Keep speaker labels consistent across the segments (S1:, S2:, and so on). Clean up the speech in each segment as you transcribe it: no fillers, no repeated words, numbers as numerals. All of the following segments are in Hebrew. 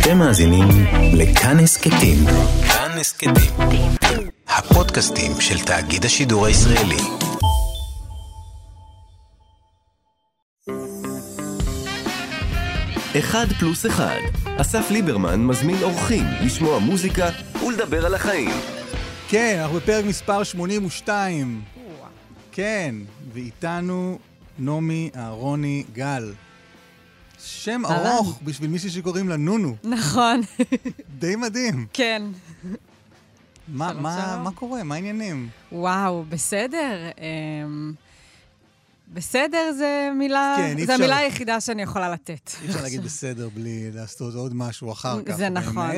S1: אתם מאזינים לכאן הסכתים. כאן הסכתים. הפודקאסטים של תאגיד השידור הישראלי. אחד פלוס אחד. אסף ליברמן מזמין אורחים לשמוע מוזיקה ולדבר על החיים.
S2: כן, אנחנו בפרק מספר 82. כן, ואיתנו נעמי אהרוני גל. שם ארוך בשביל מישהי שקוראים לה נונו.
S3: נכון.
S2: די מדהים.
S3: כן.
S2: מה קורה? מה העניינים?
S3: וואו, בסדר. בסדר זה מילה, זה המילה היחידה שאני יכולה לתת.
S2: אי אפשר להגיד בסדר בלי לעשות עוד משהו אחר כך.
S3: זה נכון.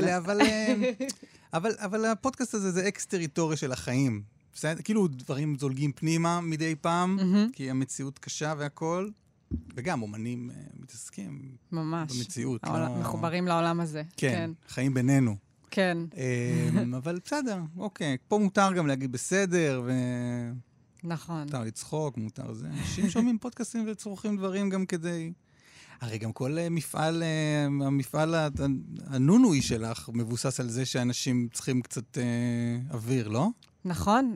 S2: אבל הפודקאסט הזה זה אקס-טריטוריה של החיים. כאילו דברים זולגים פנימה מדי פעם, כי המציאות קשה והכל. וגם אומנים מתעסקים
S3: ממש.
S2: במציאות.
S3: מחוברים לעולם הזה.
S2: כן, חיים בינינו.
S3: כן.
S2: אבל בסדר, אוקיי. פה מותר גם להגיד בסדר,
S3: נכון.
S2: מותר לצחוק, מותר זה. אנשים שומעים פודקאסטים וצורכים דברים גם כדי... הרי גם כל המפעל הנונוי שלך מבוסס על זה שאנשים צריכים קצת אוויר, לא?
S3: נכון.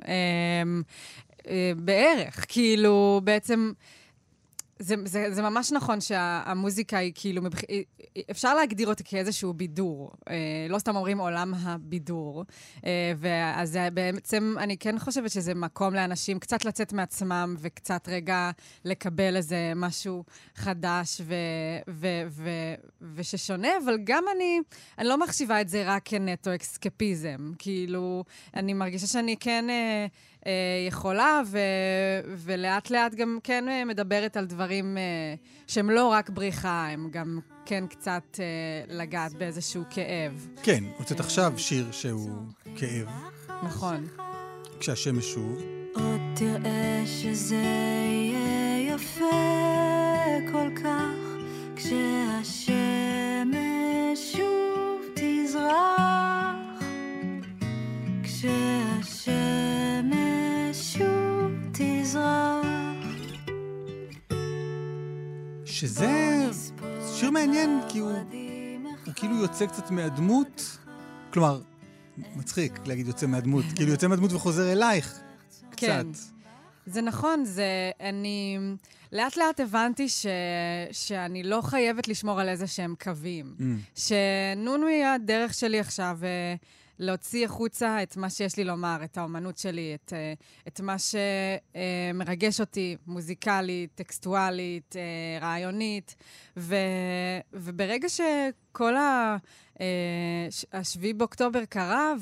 S3: בערך. כאילו, בעצם... זה ממש נכון שהמוזיקה היא כאילו, אפשר להגדיר אותה כאיזשהו בידור. לא סתם אומרים עולם הבידור. אז בעצם אני כן חושבת שזה מקום לאנשים קצת לצאת מעצמם וקצת רגע לקבל איזה משהו חדש וששונה, אבל גם אני לא מחשיבה את זה רק כנטו אקסקפיזם. כאילו, אני מרגישה שאני כן... יכולה, ולאט לאט גם כן מדברת על דברים שהם לא רק בריחה, הם גם כן קצת לגעת באיזשהו כאב.
S2: כן, הוצאת עכשיו שיר שהוא כאב.
S3: נכון.
S2: כשהשמש שוב.
S4: עוד תראה שזה יהיה יפה כל כך, כשהשמש שוב תזרח, כשהשמש שוב תזרח.
S2: שזה שיר מעניין, כי הוא כאילו יוצא קצת מהדמות, כלומר, מצחיק להגיד יוצא מהדמות, כאילו יוצא מהדמות וחוזר אלייך קצת.
S3: כן, זה נכון, אני לאט לאט הבנתי שאני לא חייבת לשמור על איזה שהם קווים. שנונו היא הדרך שלי עכשיו להוציא החוצה את מה שיש לי לומר, את האומנות שלי, את מה שמרגש אותי, מוזיקלית, טקסטואלית, רעיונית. וברגע שכל השביעי באוקטובר קרה,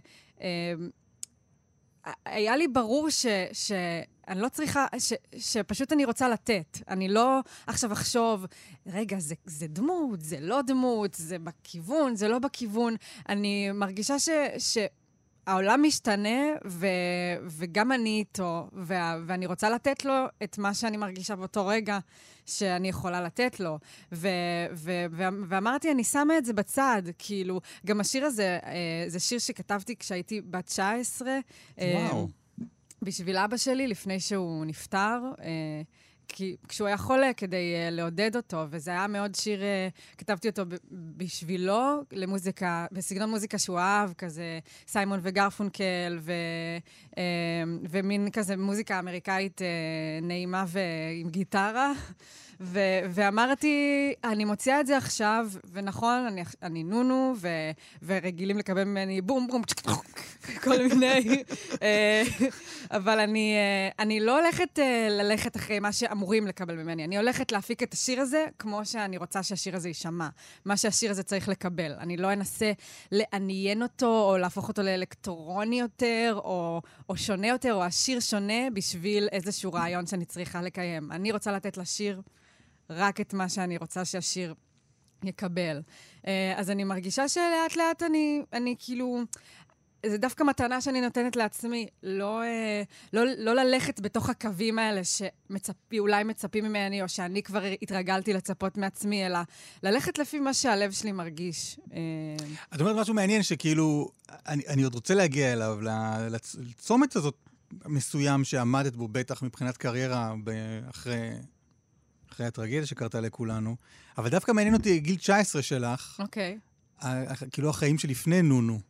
S3: היה לי ברור שאני לא צריכה, שפשוט אני רוצה לתת. אני לא עכשיו אחשוב, רגע, זה דמות, זה לא דמות, זה בכיוון, זה לא בכיוון. אני מרגישה שהעולם משתנה, וגם אני איתו, ואני רוצה לתת לו את מה שאני מרגישה באותו רגע שאני יכולה לתת לו. ואמרתי, אני שמה את זה בצד, כאילו, גם השיר הזה, זה שיר שכתבתי כשהייתי בת 19.
S2: וואו.
S3: בשביל אבא שלי, לפני שהוא נפטר, כשהוא היה חולה כדי לעודד אותו, וזה היה מאוד שיר, כתבתי אותו בשבילו, למוזיקה, בסגנון מוזיקה שהוא אהב, כזה סיימון וגרפונקל, ומין כזה מוזיקה אמריקאית נעימה ועם גיטרה. ואמרתי, אני מוציאה את זה עכשיו, ונכון, אני נונו, ורגילים לקבל ממני בום בום, כל מיני, אבל אני לא הולכת ללכת אחרי מה שאמורים לקבל ממני, אני הולכת להפיק את השיר הזה, כמו שאני רוצה שהשיר הזה יישמע, מה שהשיר הזה צריך לקבל. אני לא אנסה לעניין אותו, או להפוך אותו לאלקטרוני יותר, או שונה יותר, או השיר שונה, בשביל איזשהו רעיון שאני צריכה לקיים. אני רוצה לתת לשיר רק את מה שאני רוצה שהשיר יקבל. אז אני מרגישה שלאט לאט אני כאילו... זה דווקא מתנה שאני נותנת לעצמי, לא ללכת בתוך הקווים האלה שאולי מצפים ממני, או שאני כבר התרגלתי לצפות מעצמי, אלא ללכת לפי מה שהלב שלי מרגיש.
S2: את אומרת משהו מעניין שכאילו, אני עוד רוצה להגיע אליו, לצומת הזאת מסוים שעמדת בו בטח מבחינת קריירה אחרי הטרגדיה שקרתה לכולנו, אבל דווקא מעניין אותי גיל 19 שלך.
S3: אוקיי.
S2: כאילו החיים שלפני נונו.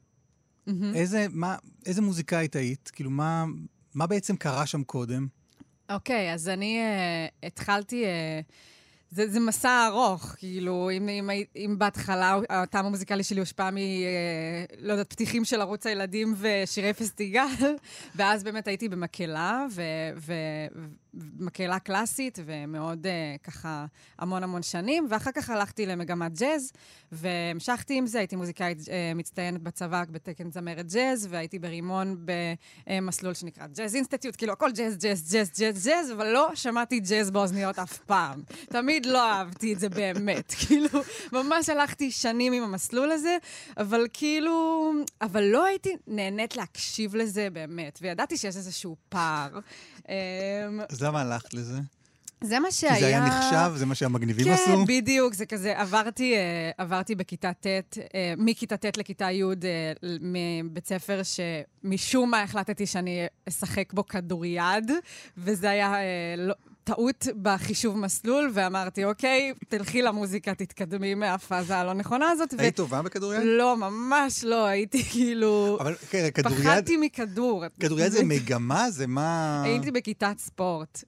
S2: איזה מוזיקאית היית? כאילו, מה בעצם קרה שם קודם?
S3: אוקיי, אז אני התחלתי... זה מסע ארוך, כאילו, אם בהתחלה הטעם המוזיקלי שלי הושפע לא יודעת, פתיחים של ערוץ הילדים ושירי פסטיגל, ואז באמת הייתי במקהלה, מקהלה קלאסית, ומאוד ככה המון שנים, ואחר כך הלכתי למגמת ג'אז, והמשכתי עם זה, הייתי מוזיקאית מצטיינת בצבא בתקן זמרת ג'אז, והייתי ברימון במסלול שנקרא ג'אז אינסטיטוט, כאילו הכל ג'אז, אבל לא שמעתי ג'אז באוזניות אף פעם. תמיד לא אהבתי את זה באמת, כאילו, ממש הלכתי שנים עם המסלול הזה, אבל כאילו, אבל לא הייתי נהנית להקשיב לזה באמת, וידעתי שיש איזשהו פער.
S2: אז למה הלכת לזה?
S3: זה מה שהיה...
S2: כי זה היה נחשב, זה מה שהמגניבים עשו?
S3: כן, בדיוק, זה כזה, עברתי בכיתה ט', מכיתה ט' לכיתה י', מבית ספר שמשום מה החלטתי שאני אשחק בו כדוריד, וזה היה טעות בחישוב מסלול, ואמרתי, אוקיי, תלכי למוזיקה, תתקדמי מהפאזה הלא נכונה הזאת.
S2: היית טובה בכדוריד?
S3: לא, ממש לא, הייתי כאילו...
S2: אבל כדוריד...
S3: פחדתי מכדור.
S2: כדוריד זה מגמה? זה מה...
S3: הייתי בכיתת ספורט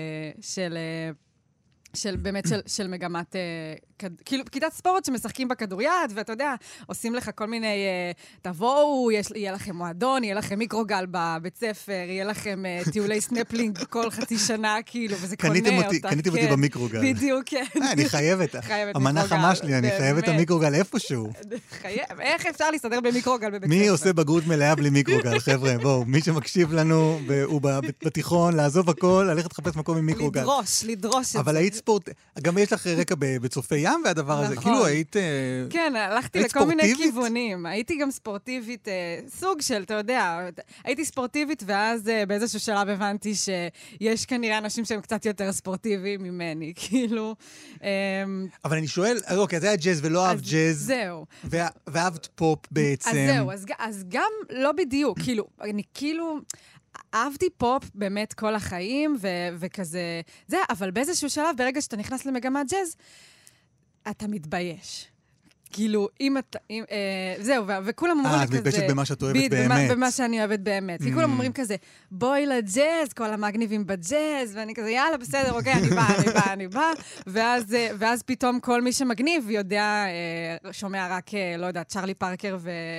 S3: של מגמת, כאילו, כיתת ספורט שמשחקים בכדוריד, ואתה יודע, עושים לך כל מיני, תבואו, יהיה לכם מועדון, יהיה לכם מיקרוגל בבית ספר, יהיה לכם טיולי סנפלינג כל חצי שנה, כאילו, וזה קונה אותה.
S2: קניתם אותי במיקרוגל.
S3: בדיוק, כן.
S2: אני חייבת. המנה חמה שלי, אני חייבת את המיקרוגל איפשהו.
S3: איך אפשר להסתדר במיקרוגל בבית ספר?
S2: מי עושה בגרות מלאה בלי מיקרוגל, חבר'ה? בואו, מי שמקשיב לנו, הוא בתיכון, לעזוב הכל, ללכת לחפש מקום עם מיקרוגל.
S3: לדרוש את זה.
S2: אבל היית ספורט, גם יש לך רקע בצופי ים והדבר הזה, כאילו היית...
S3: כן, הלכתי לכל מיני כיוונים. הייתי גם ספורטיבית, סוג של, אתה יודע, הייתי ספורטיבית, ואז באיזשהו שלב הבנתי שיש כנראה אנשים שהם קצת יותר ספורטיביים ממני, כאילו...
S2: אבל אני שואל, אוקיי, זה היה ג'אז ולא אהבת ג'אז.
S3: זהו.
S2: ואהבת פופ בעצם.
S3: אז זהו, אז גם לא בדיוק, כאילו, אני כאילו... אהבתי פופ באמת כל החיים, וכזה, זה, אבל באיזשהו שלב, ברגע שאתה נכנס למגמת ג'אז, אתה מתבייש. כאילו, אם אתה... זהו, וכולם אומרים לי כזה...
S2: את מתביישת במה שאת אוהבת באמת.
S3: במה שאני אוהבת באמת. כי כולם אומרים כזה, בואי לג'אז, כל המגניבים בג'אז, ואני כזה, יאללה, בסדר, אוקיי, אני באה. ואז פתאום כל מי שמגניב יודע, שומע רק, לא יודע, צ'רלי פארקר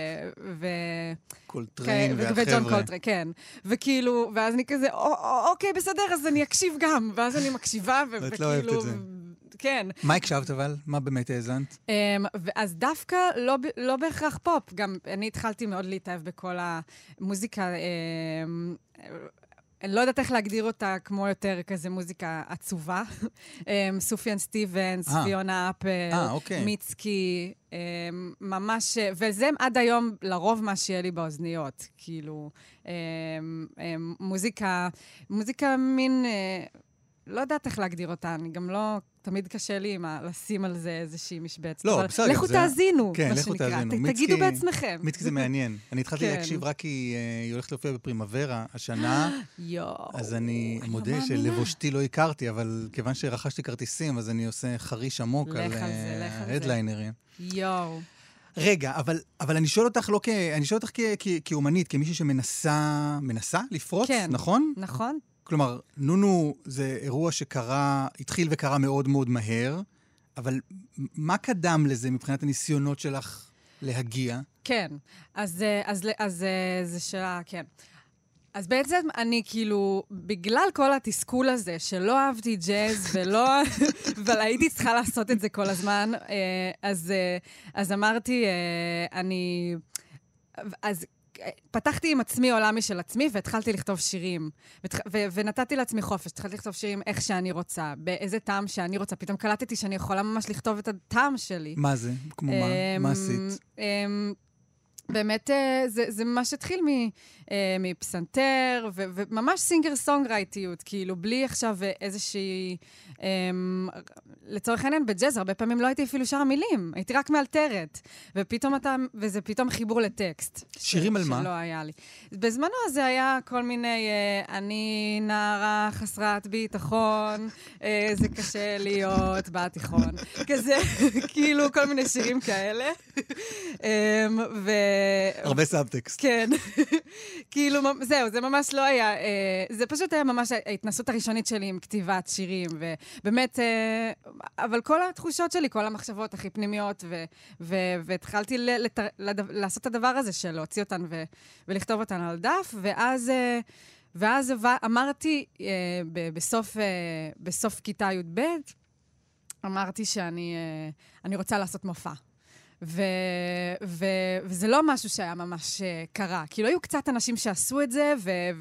S2: קולטריין והחבר'ה.
S3: וג'ון קולטריין, כן. וכאילו, ואז אני כזה, אוקיי, בסדר, אז אני אקשיב גם. ואז אני מקשיבה,
S2: ואת לא אוהבת את זה.
S3: כן.
S2: מה הקשבת אבל? מה באמת האזנת?
S3: אז דווקא לא בהכרח פופ. גם אני התחלתי מאוד להתאהב בכל המוזיקה, אני לא יודעת איך להגדיר אותה כמו יותר כזה מוזיקה עצובה. סופיאן סטיבנס, פיונה אפל, מיצקי, ממש, וזה עד היום לרוב מה שיהיה לי באוזניות. כאילו, מוזיקה מין... לא יודעת איך להגדיר אותה, אני גם לא... תמיד קשה לי לשים על זה איזושהי משבצת.
S2: לא, בסדר.
S3: לכו תאזינו,
S2: כן,
S3: מה
S2: לכו
S3: שנקרא.
S2: תאזינו.
S3: תגידו בעצמכם.
S2: מיצקי זה מעניין. אני התחלתי להקשיב רק כי היא הולכת להופיע בפרימוורה השנה. אז אני מודה שלבושתי לא הכרתי, אבל כיוון שרכשתי כרטיסים, אז אני עושה חריש עמוק על הדליינרים.
S3: יואו.
S2: רגע, אבל אני שואל אותך כאומנית, כמישהי שמנסה לפרוץ, נכון?
S3: נכון.
S2: כלומר, נונו זה אירוע שקרה, התחיל וקרה מאוד מאוד מהר, אבל מה קדם לזה מבחינת הניסיונות שלך להגיע?
S3: כן, אז זה שאלה, כן. אז בעצם אני כאילו, בגלל כל התסכול הזה, שלא אהבתי ג'אז אבל הייתי צריכה לעשות את זה כל הזמן, אז אמרתי, אז פתחתי עם עצמי עולם משל עצמי, והתחלתי לכתוב שירים. ונתתי לעצמי חופש, התחלתי לכתוב שירים איך שאני רוצה, באיזה טעם שאני רוצה. פתאום קלטתי שאני יכולה ממש לכתוב את הטעם שלי.
S2: מה זה? כמו מה? מה עשית?
S3: באמת, זה ממש התחיל מפסנתר, וממש סינגר-סונגרייטיות, כאילו, בלי עכשיו איזושהי... לצורך העניין, בג'אז, הרבה פעמים לא הייתי אפילו שר מילים, הייתי רק מאלתרת, וזה פתאום חיבור לטקסט.
S2: שירים על מה?
S3: שלא היה לי. בזמנו זה היה כל מיני, אני נערה חסרת ביטחון, זה קשה להיות בתיכון. כזה, כאילו, כל מיני שירים כאלה.
S2: הרבה סאבטקסט.
S3: כן. כאילו, זהו, זה ממש לא היה... זה פשוט היה ממש ההתנסות הראשונית שלי עם כתיבת שירים, ובאמת... אבל כל התחושות שלי, כל המחשבות הכי פנימיות, והתחלתי לעשות את הדבר הזה של להוציא אותן ולכתוב אותן על דף, ואז אמרתי, בסוף כיתה י"ב, אמרתי שאני רוצה לעשות מופע. וזה לא משהו שהיה ממש קרה. כאילו, היו קצת אנשים שעשו את זה,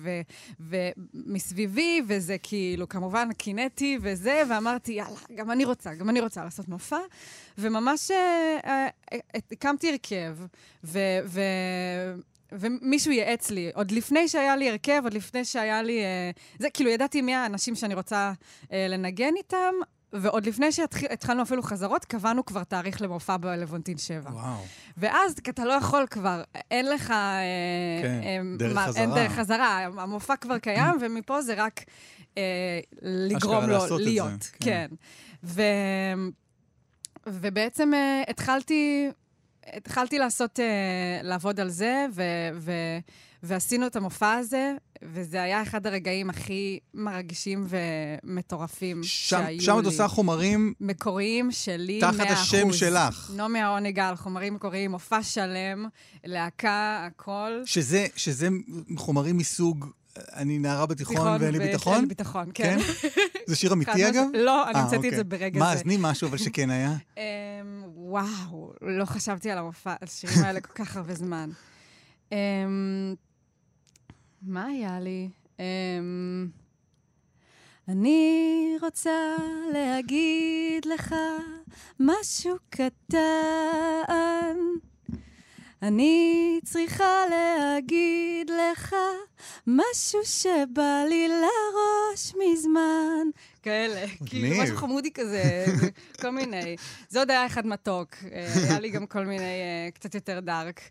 S3: ומסביבי, וזה כאילו, כמובן, קינאתי וזה, ואמרתי, יאללה, גם אני רוצה לעשות מופע. וממש הקמתי הרכב, ומישהו ייעץ לי, עוד לפני שהיה לי הרכב, עוד לפני שהיה לי... זה, כאילו, ידעתי מי האנשים שאני רוצה לנגן איתם, ועוד לפני שהתחלנו אפילו חזרות, קבענו כבר תאריך למופע בלוונטין 7.
S2: וואו.
S3: ואז אתה לא יכול כבר, אין לך...
S2: דרך חזרה.
S3: אין דרך חזרה, המופע כבר קיים, ומפה זה רק לגרום לו להיות. כן. ובעצם התחלתי לעבוד על זה, ועשינו את המופע הזה, וזה היה אחד הרגעים הכי מרגישים ומטורפים שהיו לי.
S2: שם את עושה חומרים...
S3: מקוריים שלי, 100%.
S2: תחת השם שלך.
S3: נעמי העונגל, חומרים מקוריים, מופע שלם, להקה, הכל.
S2: שזה חומרים מסוג... אני נערה בתיכון ואין לי ביטחון?
S3: אין לי ביטחון, כן.
S2: זה שיר אמיתי אגב?
S3: לא, אני המצאתי את זה ברגע זה.
S2: מה, אז תני משהו אבל שכן היה?
S3: וואו, לא חשבתי על השירים האלה כל כך הרבה זמן. מה היה לי? אני רוצה להגיד לך משהו קטן. אני צריכה להגיד לך משהו שבא לי לראש מזמן. כאלה, כאילו משהו חמודי כזה, כל מיני. זה עוד היה אחד מתוק, היה לי גם כל מיני קצת יותר דארק.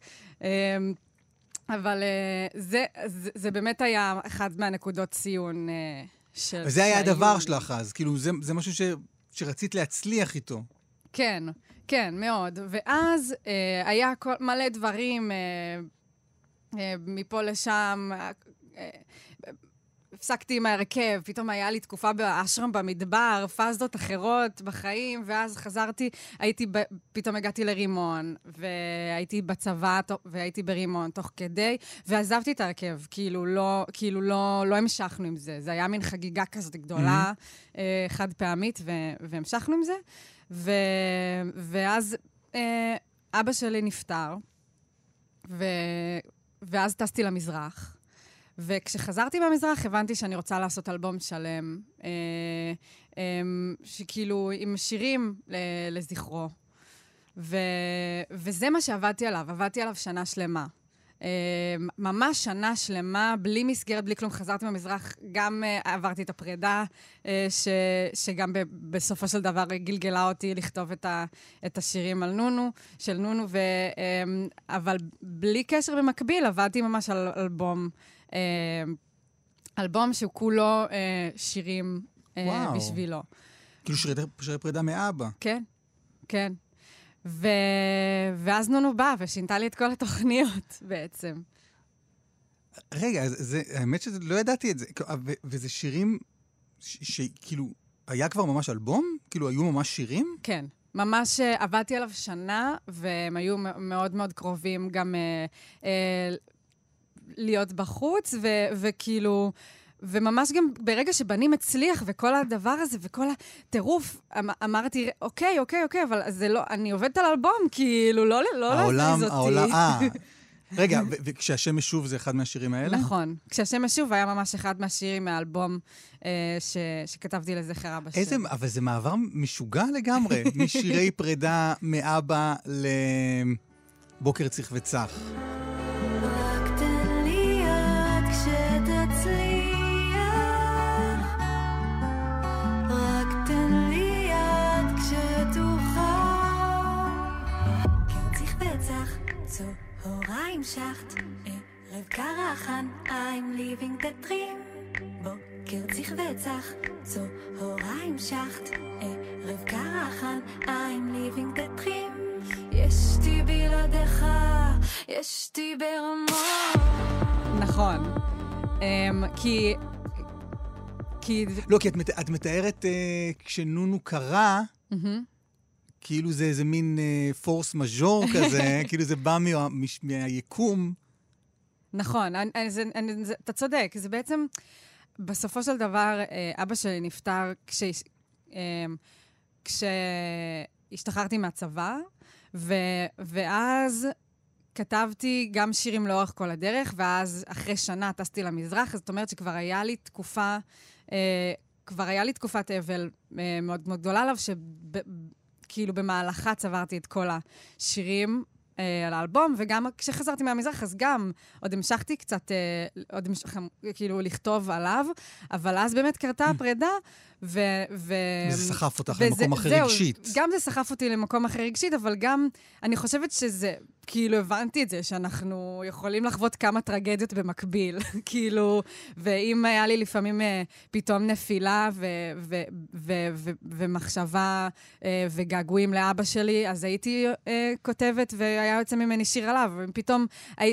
S3: אבל זה באמת היה אחד מהנקודות ציון של...
S2: וזה היה הדבר שלך אז, כאילו זה משהו שרצית להצליח איתו.
S3: כן, כן, מאוד. ואז היה מלא דברים מפה לשם, הפסקתי עם ההרכב, פתאום היה לי תקופה באשרם במדבר, פאזות אחרות בחיים, ואז חזרתי, פתאום הגעתי לרימון, והייתי בצבא, והייתי ברימון תוך כדי, ועזבתי את ההרכב, כאילו לא המשכנו עם זה. זה היה מין חגיגה כזאת גדולה, חד פעמית, והמשכנו עם זה. ואז אבא שלי נפטר, ואז טסתי למזרח. וכשחזרתי במזרח, הבנתי שאני רוצה לעשות אלבום שלם, שכאילו עם שירים לזכרו. וזה מה שעבדתי עליו. עבדתי עליו שנה שלמה. ממש שנה שלמה, בלי מסגרת, בלי כלום. חזרתי במזרח, גם עברתי את הפרידה, שגם בסופו של דבר גלגלה אותי לכתוב את השירים על נונו, של נונו, אבל בלי קשר במקביל, עבדתי ממש על אלבום שהוא כולו שירים בשבילו.
S2: כאילו שירי פרידה מאבא.
S3: כן, כן. ואז נונו בא ושינתה לי את כל התוכניות בעצם.
S2: רגע, האמת שלא ידעתי את זה. וזה שירים שכאילו, היה כבר ממש אלבום? כאילו, היו ממש שירים?
S3: כן. ממש עבדתי עליו שנה, והם היו מאוד מאוד קרובים גם להיות בחוץ, וכאילו... וממש גם ברגע שבנים הצליח, וכל הדבר הזה, וכל הטירוף, אמרתי, אוקיי, אבל זה לא, אני עובדת על אלבום, כאילו, לא להזיז אותי.
S2: רגע, וכשהשם שוב זה אחד מהשירים האלה?
S3: נכון. כשהשם שוב היה ממש אחד מהשירים מהאלבום שכתבתי לזכר אבא שלי.
S2: אבל זה מעבר משוגע לגמרי, משירי פרידה מאבא בוקר צריך וצח.
S4: רק תן לי יד כשתצליח, רק תן לי יד כשתוכל. קרציך וצח, צהריים שחט, ערב קרחן, I'm living the dream. בוקר צריך וצח, צהריים שחט, ערב קרחן, I'm living the dream. ישתי בלעדיך, ישתי ברמות.
S3: נכון. כי...
S2: לא, כי את מתארת כשנונו קרה, כאילו זה איזה מין פורס מז'ור כזה, כאילו זה בא מהיקום.
S3: נכון, אתה צודק. זה בעצם, בסופו של דבר, אבא שלי נפטר כשהשתחררתי מהצבא, ואז כתבתי גם שירים לאורך כל הדרך, ואז אחרי שנה טסתי למזרח, זאת אומרת שכבר היה לי תקופה, תקופת אבל מאוד מאוד גדולה עליו, שכאילו במהלכה צברתי את כל השירים על האלבום, וגם כשחזרתי מהמזרח, אז גם עוד המשכתי קצת, כאילו לכתוב עליו, אבל אז באמת קרתה הפרידה,
S2: זה סחף אותך למקום אחר רגשית.
S3: גם זה סחף אותי למקום אחר רגשית, אבל גם אני חושבת שזה, כאילו הבנתי את זה, שאנחנו יכולים לחוות כמה טרגדיות במקביל, כאילו, ואם היה לי לפעמים פתאום נפילה ומחשבה וגעגועים לאבא שלי, אז הייתי כותבת והיה יוצא ממני שיר עליו, ופתאום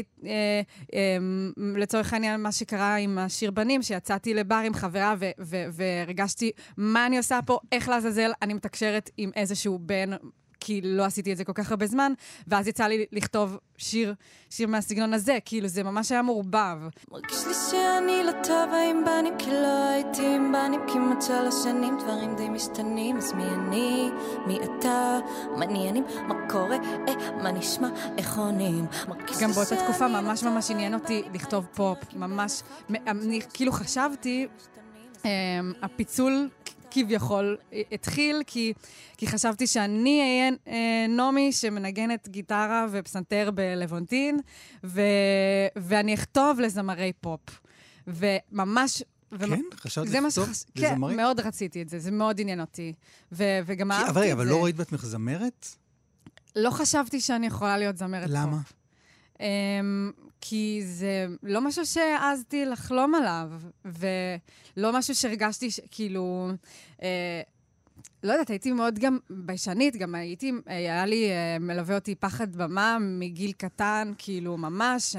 S3: לצורך העניין מה שקרה עם השיר בנים, שיצאתי לבר עם חברה והרגשתי מה אני עושה פה, איך לעזאזל, אני מתקשרת עם איזשהו בן, כי לא עשיתי את זה כל כך הרבה זמן, ואז יצא לי לכתוב שיר מהסגנון הזה, כאילו זה ממש היה מעורבב.
S4: מרגיש לי שאני לא טובה עם בנים, כי לא הייתי עם בנים כמעט 3 שנים, דברים די משתנים, אז מי אני, מי אתה, מעניינים, מה קורה, מה נשמע, איך עונים.
S3: גם באותה תקופה ממש ממש עניין אותי לכתוב פופ, ממש, אני כאילו חשבתי, הפיצול כביכול התחיל, כי חשבתי שאני אהיה נומי שמנגנת גיטרה ופסנתר בלוונטין, ואני אכתוב לזמרי פופ. וממש...
S2: כן? חשבת לכתוב לזמרי?
S3: כן, מאוד רציתי את זה, זה מאוד עניין אותי. וגם אהבתי את זה.
S2: אבל לא ראית בעצמך זמרת?
S3: לא חשבתי שאני יכולה להיות זמרת פופ.
S2: למה?
S3: כי זה לא משהו שעזתי לחלום עליו, ולא משהו שהרגשתי כאילו, לא יודעת, הייתי מאוד גם ביישנית, גם היה לי, מלווה אותי פחד במה מגיל קטן, כאילו ממש,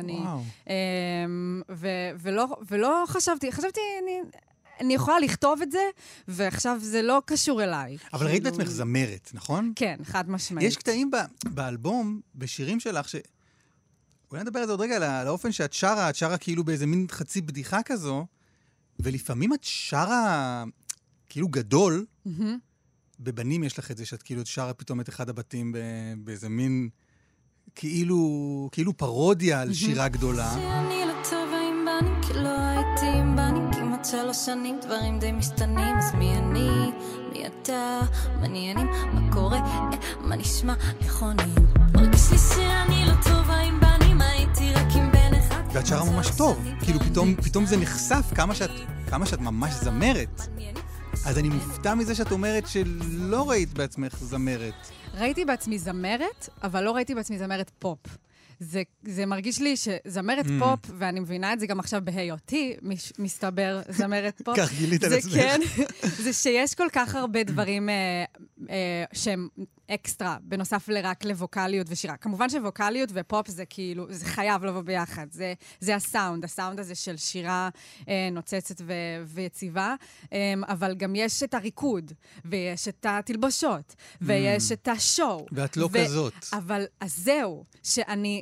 S3: ולא חשבתי, אני יכולה לכתוב את זה, ועכשיו זה לא קשור אליי.
S2: אבל ראית בעצמך זמרת, נכון?
S3: כן, חד משמעית.
S2: יש קטעים באלבום, בשירים שלך, אולי נדבר על זה עוד רגע, על האופן שאת שרה כאילו באיזה מין חצי בדיחה כזו, ולפעמים את שרה כאילו גדול, בבנים יש לך את זה, שאת כאילו שרה פתאום את אחד הבתים באיזה מין, כאילו פרודיה על שירה גדולה.
S4: שאני לא טובה עם בנים, כי לא הייתי עם בנים כמעט 3 שנים, דברים די משתנים, אז מי אני, מי אתה, מעניינים, מה קורה, מה נשמע, איך עונים. מרגיש לי שאני לא טובה עם בנים, הייתי רק עם בן אחד.
S2: ואת שרה ממש טוב, כאילו פתאום זה נחשף כמה שאת ממש זמרת. אז אני מופתע מזה שאת אומרת שלא ראית בעצמך זמרת.
S3: ראיתי בעצמי זמרת, אבל לא ראיתי בעצמי זמרת פופ. זה מרגיש לי שזמרת פופ, ואני מבינה את זה גם עכשיו בהיותי, מסתבר זמרת פופ.
S2: כך גילית על עצמך.
S3: כן, זה שיש כל כך הרבה דברים שהם אקסטרה, בנוסף לרק לווקליות ושירה. כמובן שווקליות ופופ זה כאילו, זה חייב לבוא ביחד. זה הסאונד הזה של שירה נוצצת ויציבה, אבל גם יש את הריקוד, ויש את התלבושות, ויש את השואו.
S2: ואת לא כזאת.
S3: אבל אז זהו, שאני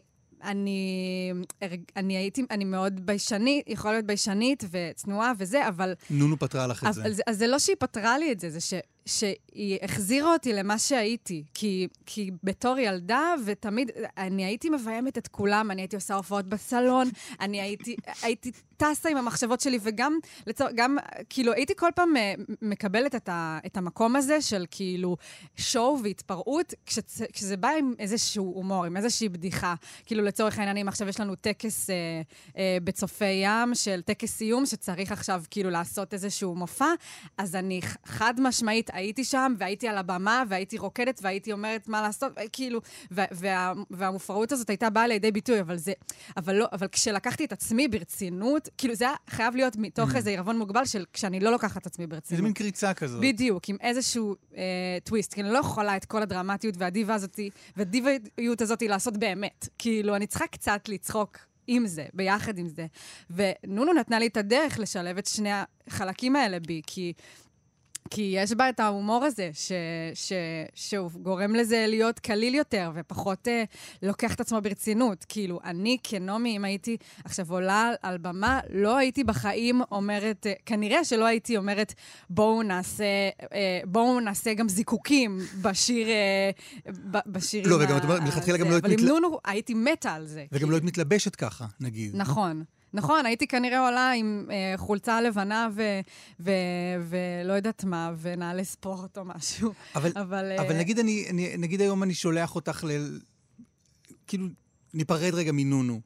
S3: מאוד ביישנית, יכולה להיות ביישנית וצנועה וזה, אבל...
S2: נונו פתרה לך את זה.
S3: אז זה לא שהיא פתרה לי את זה, זה שהיא החזירה אותי למה שהייתי, כי בתור ילדה, ותמיד, אני הייתי מביימת את כולם, אני הייתי עושה הופעות בסלון, אני הייתי טסה עם המחשבות שלי, וגם, כאילו, הייתי כל פעם מקבלת את המקום הזה של כאילו שואו והתפרעות, כשזה בא עם איזשהו הומור, עם איזושהי בדיחה. כאילו, לצורך העניינים, עכשיו יש לנו טקס בצופי ים, של טקס סיום, שצריך עכשיו כאילו לעשות איזשהו מופע, אז אני חד משמעית הייתי שם, והייתי על הבמה, והייתי רוקדת, והייתי אומרת מה לעשות, כאילו, והמופרעות הזאת הייתה באה לידי ביטוי, אבל כשלקחתי את עצמי ברצינות, כאילו זה היה חייב להיות מתוך איזה עירבון מוגבל של כשאני לא לוקחת את עצמי ברצינות.
S2: זה מין קריצה כזאת.
S3: בדיוק, עם איזשהו טוויסט, כי אני לא יכולה את כל הדרמטיות והדיביות הזאת לעשות באמת. כאילו, אני צריכה קצת לצחוק עם זה, ביחד עם זה. ונונו נתנה לי את הדרך לשלב את שני החלקים האלה בי, כי יש בה את ההומור הזה, שהוא גורם לזה להיות קליל יותר, ופחות לוקח את עצמו ברצינות. כאילו, אני כנומי, אם הייתי עכשיו עולה על במה, לא הייתי בחיים אומרת, כנראה שלא הייתי אומרת, בואו נעשה גם זיקוקים בשיר
S2: לא, וגם את אומרת, מלכתחילה גם לא...
S3: אבל עם נונו, הייתי מתה על זה.
S2: וגם לא את מתלבשת ככה, נגיד.
S3: נכון. נכון, הייתי כנראה עולה עם חולצה לבנה ולא יודעת מה, ונעלי ספורט או משהו.
S2: אבל נגיד היום אני שולח אותך כאילו, ניפרד רגע מנונו.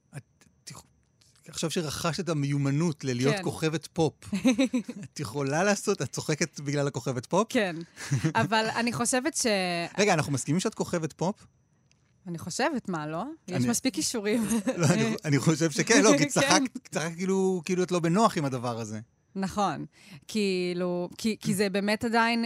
S2: עכשיו שרכשת את המיומנות ללהיות כוכבת פופ, את יכולה לעשות? את צוחקת בגלל הכוכבת פופ?
S3: כן, אבל אני חושבת
S2: רגע, אנחנו מסכימים שאת כוכבת פופ?
S3: אני חושבת, מה, לא? יש מספיק אישורים.
S2: לא, אני חושב שכן, לא, כי צחקת כאילו את לא בנוח עם הדבר הזה.
S3: נכון. כאילו, כי זה באמת עדיין,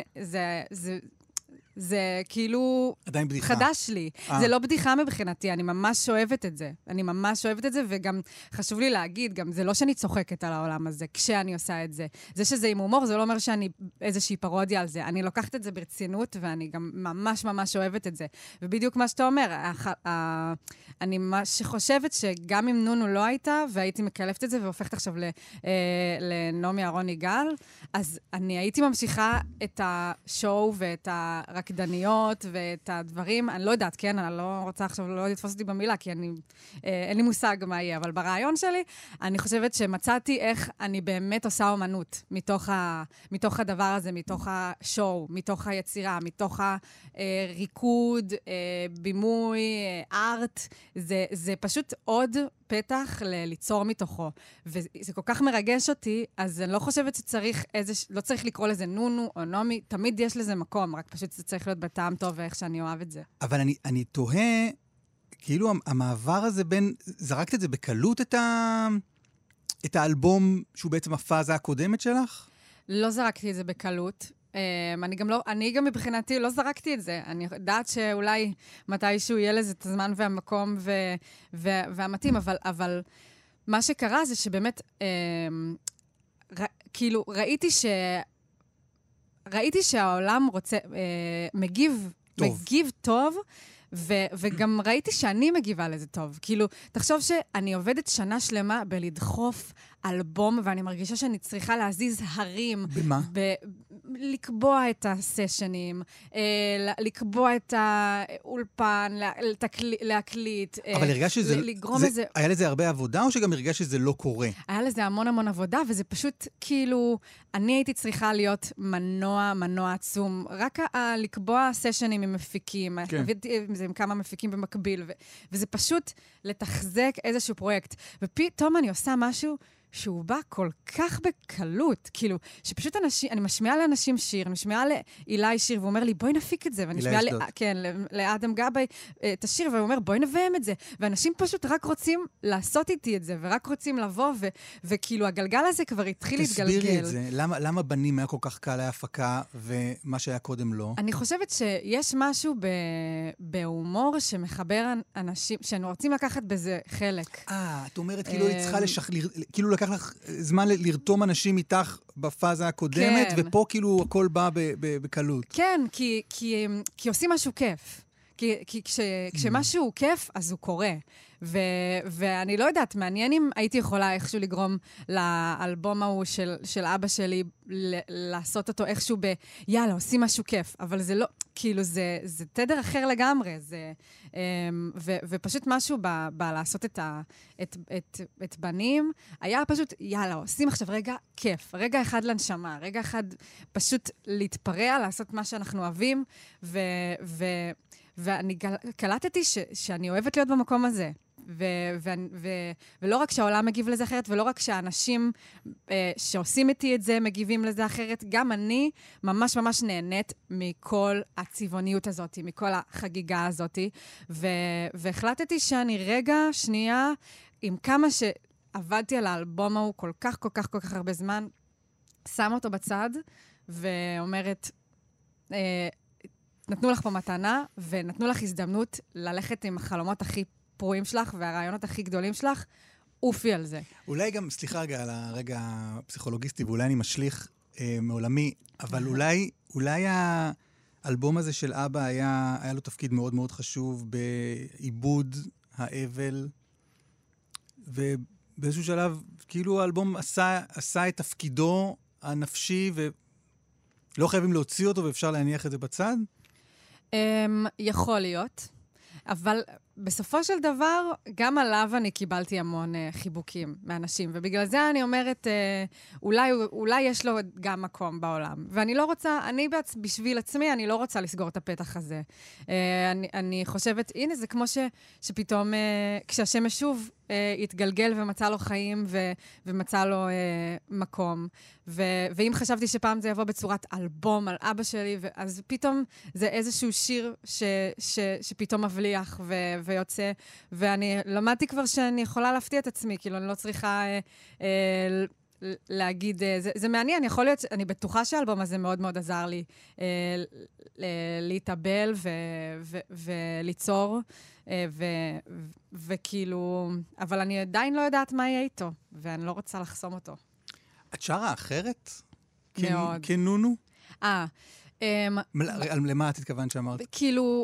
S3: זה כאילו...
S2: עדיין בדיחה.
S3: חדש לי. זה לא בדיחה מבחינתי, אני ממש אוהבת את זה. אני ממש אוהבת את זה, וגם חשוב לי להגיד, גם זה לא שאני צוחקת על העולם הזה, כשאני עושה את זה. זה שזה עם הומור, זה לא אומר שאני איזושהי פרודיה על זה. אני לוקחת את זה ברצינות, ואני גם ממש ממש אוהבת את זה. ובדיוק מה שאתה אומר, אני ממש חושבת שגם אם נונו לא הייתה, והייתי מקלפת את זה, והופכת עכשיו לנעמי אהרון יגאל, אז אני הייתי ממשיכה את השואו ואת הרקדניות ואת הדברים, אני לא יודעת, כן, אני לא רוצה עכשיו לא לתפוס אותי במילה, כי אין לי מושג מה יהיה, אבל ברעיון שלי, אני חושבת שמצאתי איך אני באמת עושה אומנות מתוך הדבר הזה, מתוך השואו, מתוך היצירה, מתוך הריקוד, בימוי, ארט, זה פשוט עוד פתח ליצור מתוכו. וזה כל כך מרגש אותי, אז אני לא חושבת שצריך לא צריך לקרוא לזה נונו או נעמי, תמיד יש לזה מקום, רק פשוט זה צריך להיות בטעם טוב ואיך שאני אוהב את זה.
S2: אבל אני תוהה, כאילו המעבר הזה בין, זרקת את זה בקלות את האלבום שהוא בעצם הפאזה הקודמת שלך?
S3: לא זרקתי את זה בקלות. אני גם מבחינתי לא זרקתי את זה. אני יודעת שאולי מתישהו יהיה לזה את הזמן והמקום והמתאים, אבל מה שקרה זה שבאמת, כאילו, ראיתי שהעולם רוצה, מגיב טוב, וגם ראיתי שאני מגיבה לזה טוב. כאילו, תחשוב שאני עובדת שנה שלמה בלדחוף אלבום, ואני מרגישה שאני צריכה להזיז הרים.
S2: במה?
S3: לקבוע את הסשנים, לקבוע את האולפן, להקליט,
S2: אבל הרגש שזה...
S3: לגרום לזה...
S2: היה לזה הרבה עבודה, או שגם הרגש שזה לא קורה?
S3: היה לזה המון המון עבודה, וזה פשוט כאילו... אני הייתי צריכה להיות מנוע עצום. רק לקבוע סשנים עם מפיקים.
S2: כן.
S3: זה עם כמה מפיקים במקביל, וזה פשוט לתחזק איזשהו פרויקט. ופתאום אני עושה משהו שהוא בא כל כך בקלות, כאילו, שפשוט אני משמיעה לאנשים שיר, אני משמיעה לאילי שיר, והוא אומר לי, בואי נפיק את זה, ואני משמיעה לאדם גבי את השיר, והוא אומר, בואי נביים את זה, ואנשים פשוט רק רוצים לעשות איתי את זה, ורק רוצים לבוא, וכאילו, הגלגל הזה כבר התחיל להתגלגל.
S2: תסבירי את זה, למה בנים היה כל כך קל להפקה, ומה שהיה קודם לא?
S3: אני חושבת שיש משהו בהומור שמחבר אנשים, שהם רוצים לקחת בזה חלק.
S2: את אומרת, כאילו, היא צריכה כאילו לקח לך זמן לרתום אנשים איתך בפאזה הקודמת, ופה כאילו הכל בא בקלות.
S3: כן, כי עושים משהו כיף. כי כשמשהו כיף, אז הוא קורה. ואני לא יודעת, מעניין אם הייתי יכולה איכשהו לגרום לאלבום ההוא של אבא שלי, לעשות אותו איכשהו יאללה, עושים משהו כיף. אבל זה לא, כאילו, זה תדר אחר לגמרי. ופשוט משהו לעשות את בנים, היה פשוט, יאללה, עושים עכשיו רגע כיף, רגע אחד לנשמה, רגע אחד פשוט להתפרע, לעשות מה שאנחנו אוהבים, ואני קלטתי שאני אוהבת להיות במקום הזה. ולא רק שהעולם מגיב לזה אחרת, ולא רק שהאנשים שעושים איתי את זה מגיבים לזה אחרת, גם אני ממש ממש נהנית מכל הצבעוניות הזאת, מכל החגיגה הזאת, והחלטתי שאני רגע, שנייה, עם כמה שעבדתי על האלבום ההוא כל כך, כל כך, כל כך הרבה זמן, שם אותו בצד, ואומרת, נתנו לך פה מתנה, ונתנו לך הזדמנות ללכת עם החלומות הכי פרועים שלך, והרעיונות הכי גדולים שלך, אופי על זה.
S2: אולי גם, סליחה רגע על הרגע הפסיכולוגיסטי, ואולי אני משליך מעולמי, אבל אולי האלבום הזה של אבא היה לו תפקיד מאוד מאוד חשוב בעיבוד האבל, ובאיזשהו שלב, כאילו האלבום עשה את תפקידו הנפשי, ולא חייבים להוציא אותו, ואפשר להניח את זה בצד?
S3: יכול להיות. אבל בסופו של דבר, גם עליו אני קיבלתי המון חיבוקים מאנשים, ובגלל זה אני אומרת, אולי יש לו גם מקום בעולם. ואני לא רוצה, בשביל עצמי, אני לא רוצה לסגור את הפתח הזה. אני חושבת, הנה, זה כמו שפתאום, כשהשמש שוב התגלגל ומצא לו חיים ומצא לו מקום. ואם חשבתי שפעם זה יבוא בצורת אלבום על אבא שלי, אז פתאום זה איזשהו שיר שפתאום מבליח ויוצא, ואני למדתי כבר שאני יכולה להפתיע את עצמי, כאילו אני לא צריכה להגיד, זה מעניין, יכול להיות, אני בטוחה שהאלבום הזה מאוד מאוד עזר לי להתאבל וליצור, וכאילו, אבל אני עדיין לא יודעת מה יהיה איתו, ואני לא רוצה לחסום אותו.
S2: את שרה אחרת?
S3: מאוד.
S2: כנונו?
S3: למה
S2: את התכוונת שאמרת?
S3: כאילו,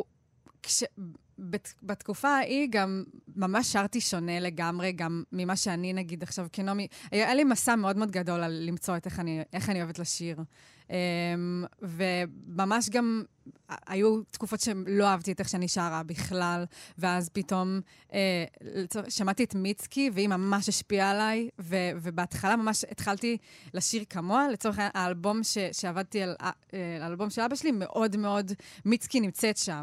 S3: בתקופה ההיא גם ממש שרתי שונה לגמרי, גם ממה שאני נגיד עכשיו כנומי. היה לי מסע מאוד מאוד גדול על למצוא את איך אני אוהבת לשיר. וממש גם היו תקופות שלא אהבתי את איך שאני שרה בכלל, ואז פתאום שמעתי את מיצקי, והיא ממש השפיעה עליי, ובהתחלה ממש התחלתי לשיר כמוה, לצורך האלבום שעבדתי על האלבום של אבא שלי, מאוד מאוד מיצקי נמצאת שם.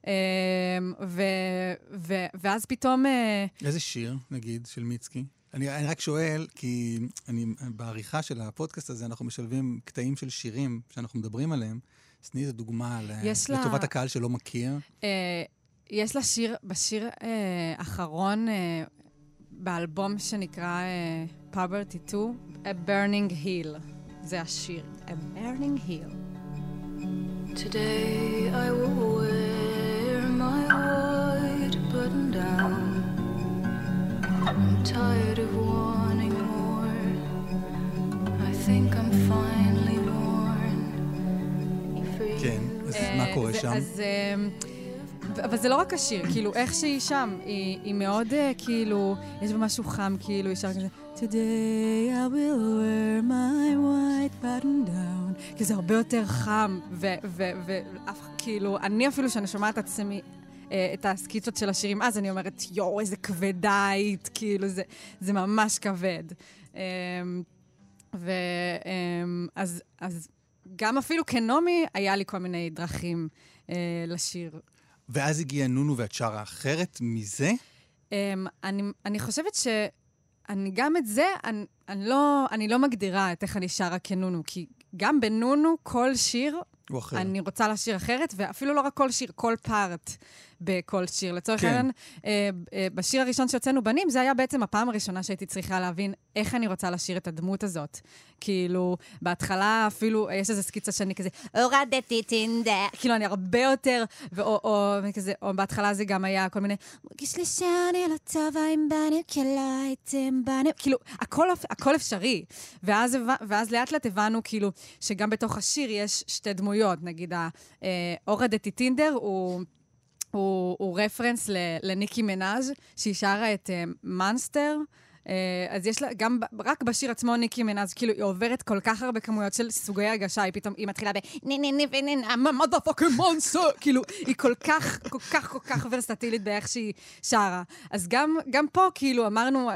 S3: ואז פתאום...
S2: איזה שיר, נגיד, של מיצקי? אני רק שואל, כי בעריכה של הפודקאסט הזה אנחנו משלבים קטעים של שירים שאנחנו מדברים עליהם. אז תני איזו דוגמה לטובת הקהל שלא מכיר.
S3: יש לה שיר, בשיר האחרון באלבום שנקרא Poverty 2, A Burning Hill. זה השיר, A Burning Hill.
S4: Today I will wear my white button down. I'm tired of wanting more. I think I'm finally worn.
S2: כן, אז מה קורה שם?
S3: אבל זה לא רק השיר, כאילו, איך שהיא שם, היא מאוד, כאילו, יש בה משהו חם, כאילו, ישר כזה, Today I will wear my white button down. כי זה הרבה יותר חם, וכאילו, אני אפילו שאני שומעת את עצמי, את הסקיצות של השירים, אז אני אומרת, יואו, איזה כבדה היית, כאילו, זה ממש כבד. אז גם אפילו כנומי, היה לי כל מיני דרכים לשיר.
S2: ואז הגיע נונו ואת שרה אחרת מזה?
S3: אני חושבת שאני גם את זה, אני לא מגדירה את איך אני שרה כנונו, כי גם בנונו כל שיר, אני רוצה לשיר אחרת, ואפילו לא רק כל שיר, כל פארט בכל שיר. לצורך העניין, בשיר הראשון שיוצאנו בנים, זה היה בעצם הפעם הראשונה שהייתי צריכה להבין איך אני רוצה לשיר את הדמות הזאת. כאילו, בהתחלה אפילו, יש איזו סקיצה שאני כזה, הורדתי טינדה, כאילו אני הרבה יותר, או בהתחלה זה גם היה כל מיני, מרגיש לי שאני לא טובה עם בנים, כי לא הייתם בנים, כאילו, הכל אפשרי. ואז לאט לאט הבנו, כאילו, שגם בתוך השיר יש שתי דמויות, נגיד, הורדתי טינדר, הוא רפרנס לניקי מנאז' שהיא שרה את מאנסטר. אז יש לה, גם רק בשיר עצמו ניקי מנאז' כאילו היא עוברת כל כך הרבה כמויות של סוגי הרגשה, היא פתאום, היא מתחילה motherfucking monster, כאילו היא כל כך ורסטילית באיך שהיא שרה. אז גם פה כאילו אמרנו,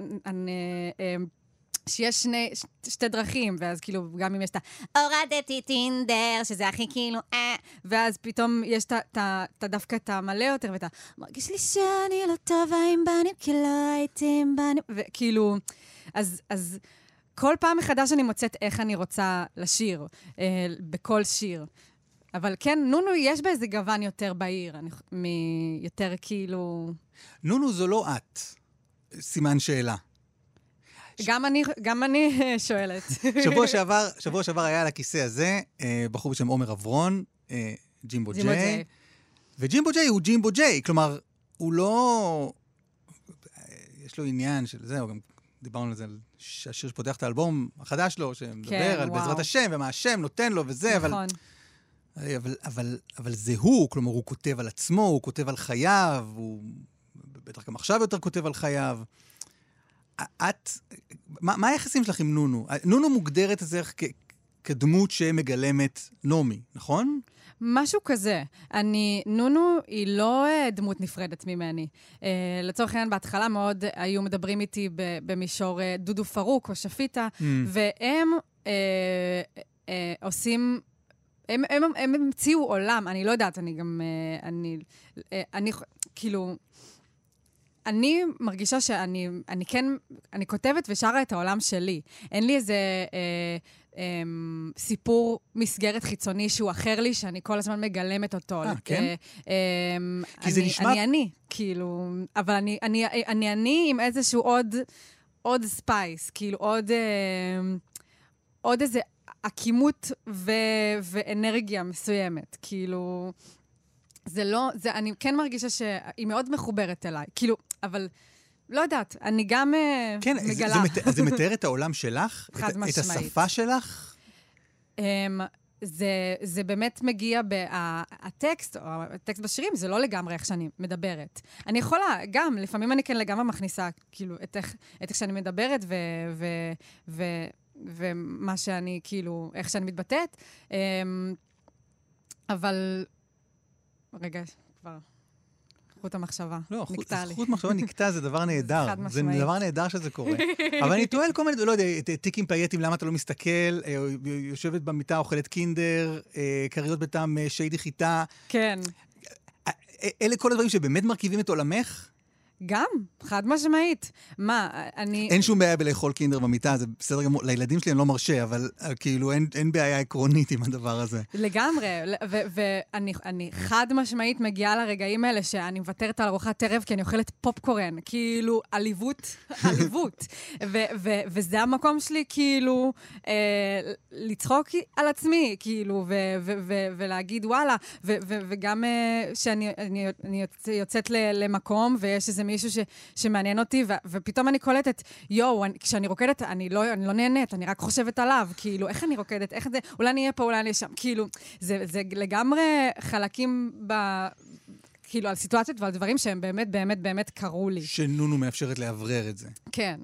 S3: שיש שתי דרכים, ואז כאילו, גם אם יש את הורדתי טינדר, שזה הכי כאילו, ואז פתאום יש דווקא את המלא יותר, ואת מרגיש לי שאני לא טובה עם בנים, כי לא הייתי עם בנים, וכאילו, אז כל פעם מחדש אני מוצאת איך אני רוצה לשיר, בכל שיר. אבל כן, נונו יש באיזה גוון יותר בעיר, יותר כאילו...
S2: נונו זו לא את, סימן שאלה.
S3: גם אני שואלת.
S2: שבוע שעבר היה על הכיסא הזה, בחור בשם עומר אברון, ג'ימבו ג'יי. וג'ימבו ג'יי הוא ג'ימבו ג'יי, כלומר, הוא לא... יש לו עניין של זה, גם דיברנו על זה, השיר שפותח את האלבום החדש לו, שמדבר על בעזרת השם, ומה השם נותן לו וזה,
S3: נכון.
S2: אבל זה הוא, כלומר, הוא כותב על עצמו, הוא כותב על חייו, הוא בטח גם עכשיו יותר כותב על חייו. מה היחסים שלך עם נונו? נונו מוגדרת את זה כדמות שמגלמת נומי, נכון?
S3: משהו כזה. נונו היא לא דמות נפרדת ממני. לצורך העניין, בהתחלה מאוד היו מדברים איתי במישור דודו פרוק או שפיטה, והם עושים... הם המציאו עולם, אני לא יודעת, אני גם... אני כאילו... אני מרגישה שאני כן, אני כותבת ושרה את העולם שלי. אין לי איזה סיפור מסגרת חיצוני שהוא אחר לי, שאני כל הזמן מגלמת אותו.
S2: כן? כי זה נשמע...
S3: אני, כאילו, אבל אני עם איזשהו עוד ספייס, כאילו עוד איזה עקימות ואנרגיה מסוימת, כאילו... זה לא, אני כן מרגישה שהיא מאוד מחוברת אליי. כאילו, אבל לא יודעת, אני גם מגלה.
S2: כן, זה מתאר את העולם שלך?
S3: חד משמעית.
S2: את השפה שלך?
S3: זה באמת מגיע, הטקסט, או הטקסט בשירים, זה לא לגמרי איך שאני מדברת. אני יכולה, גם, לפעמים אני כן לגמרי מכניסה, כאילו, את איך שאני מדברת, ומה שאני, כאילו, איך שאני מתבטאת. אבל... רגע, כבר חוט המחשבה.
S2: לא,
S3: נקטע לי.
S2: חוט מחשבה נקטע, זה דבר נהדר.
S3: חד משמעית.
S2: זה דבר נהדר שזה קורה. אבל אני טועל כל מיני, לא יודע, טיקים פייטים, למה אתה לא מסתכל, יושבת במיטה, אוכלת קינדר, קריות בטעם שיידי חיטה.
S3: כן.
S2: אלה כל הדברים שבאמת מרכיבים את עולמך?
S3: גם, חד משמעית. מה,
S2: אין שום בעיה בלאכול קינדר במיטה, זה בסדר גמור, לילדים שלי אני לא מרשה, אבל כאילו אין בעיה עקרונית עם הדבר הזה.
S3: לגמרי, ואני חד משמעית מגיעה לרגעים האלה שאני מוותרת על ארוחת ערב כי אני אוכלת פופקורן, כאילו עליבות, וזה המקום שלי כאילו לצחוק על עצמי, כאילו, ולהגיד וואלה, וגם שאני יוצאת למקום ויש איזה מישהו שמעניין אותי, ופתאום אני קולטת, כשאני רוקדת, אני לא נהנית, אני רק חושבת עליו, כאילו, איך אני רוקדת, איך זה, אולי נהיה פה, אולי נהיה שם, כאילו, זה לגמרי חלקים כאילו, על סיטואציות ועל דברים שהם באמת, באמת, באמת קרו לי.
S2: שנונו מאפשרת להברר את זה.
S3: כן.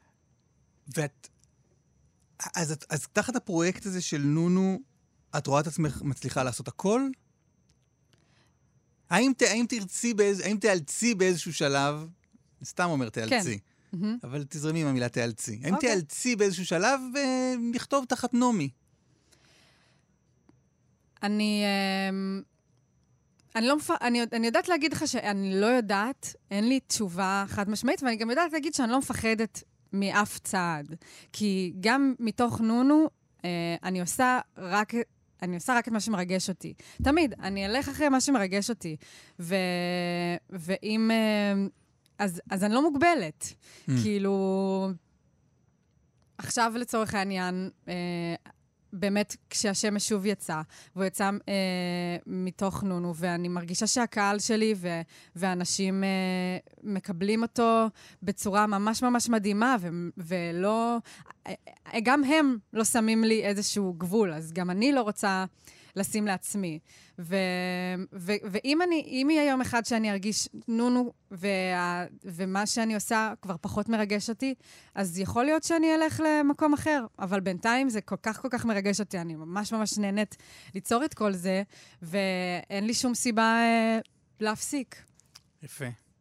S2: אז תחת הפרויקט הזה של נונו, את רואה את עצמך מצליחה לעשות הכל? האם תאלצי באיזשהו שלב, סתם אומר תאלצי, אבל תזרמי עם המילה תאלצי. האם תאלצי באיזשהו שלב לכתוב תחת נומי?
S3: אני יודעת להגיד לך שאני לא יודעת, אין לי תשובה חד משמעית, ואני גם יודעת להגיד שאני לא מפחדת מאף צעד. כי גם מתוך נונו, אני עושה רק את מה שמרגש אותי. תמיד, אני אלך אחרי מה שמרגש אותי. ואם... אז אני לא מוגבלת. כאילו... עכשיו לצורך העניין, באמת כשהשמש שוב יצא, והוא יצא מתוך נונו, ואני מרגישה שהקהל שלי ואנשים מקבלים אותו בצורה ממש ממש מדהימה, ולא... גם הם לא שמים לי איזשהו גבול, אז גם אני לא רוצה לשים לעצמי. ואם יהיה יום אחד שאני ארגיש נונו, ומה שאני עושה כבר פחות מרגש אותי, אז יכול להיות שאני אלך למקום אחר. אבל בינתיים זה כל כך מרגש אותי. אני ממש נהנית ליצור את כל זה, ואין לי שום סיבה להפסיק.
S2: יפה.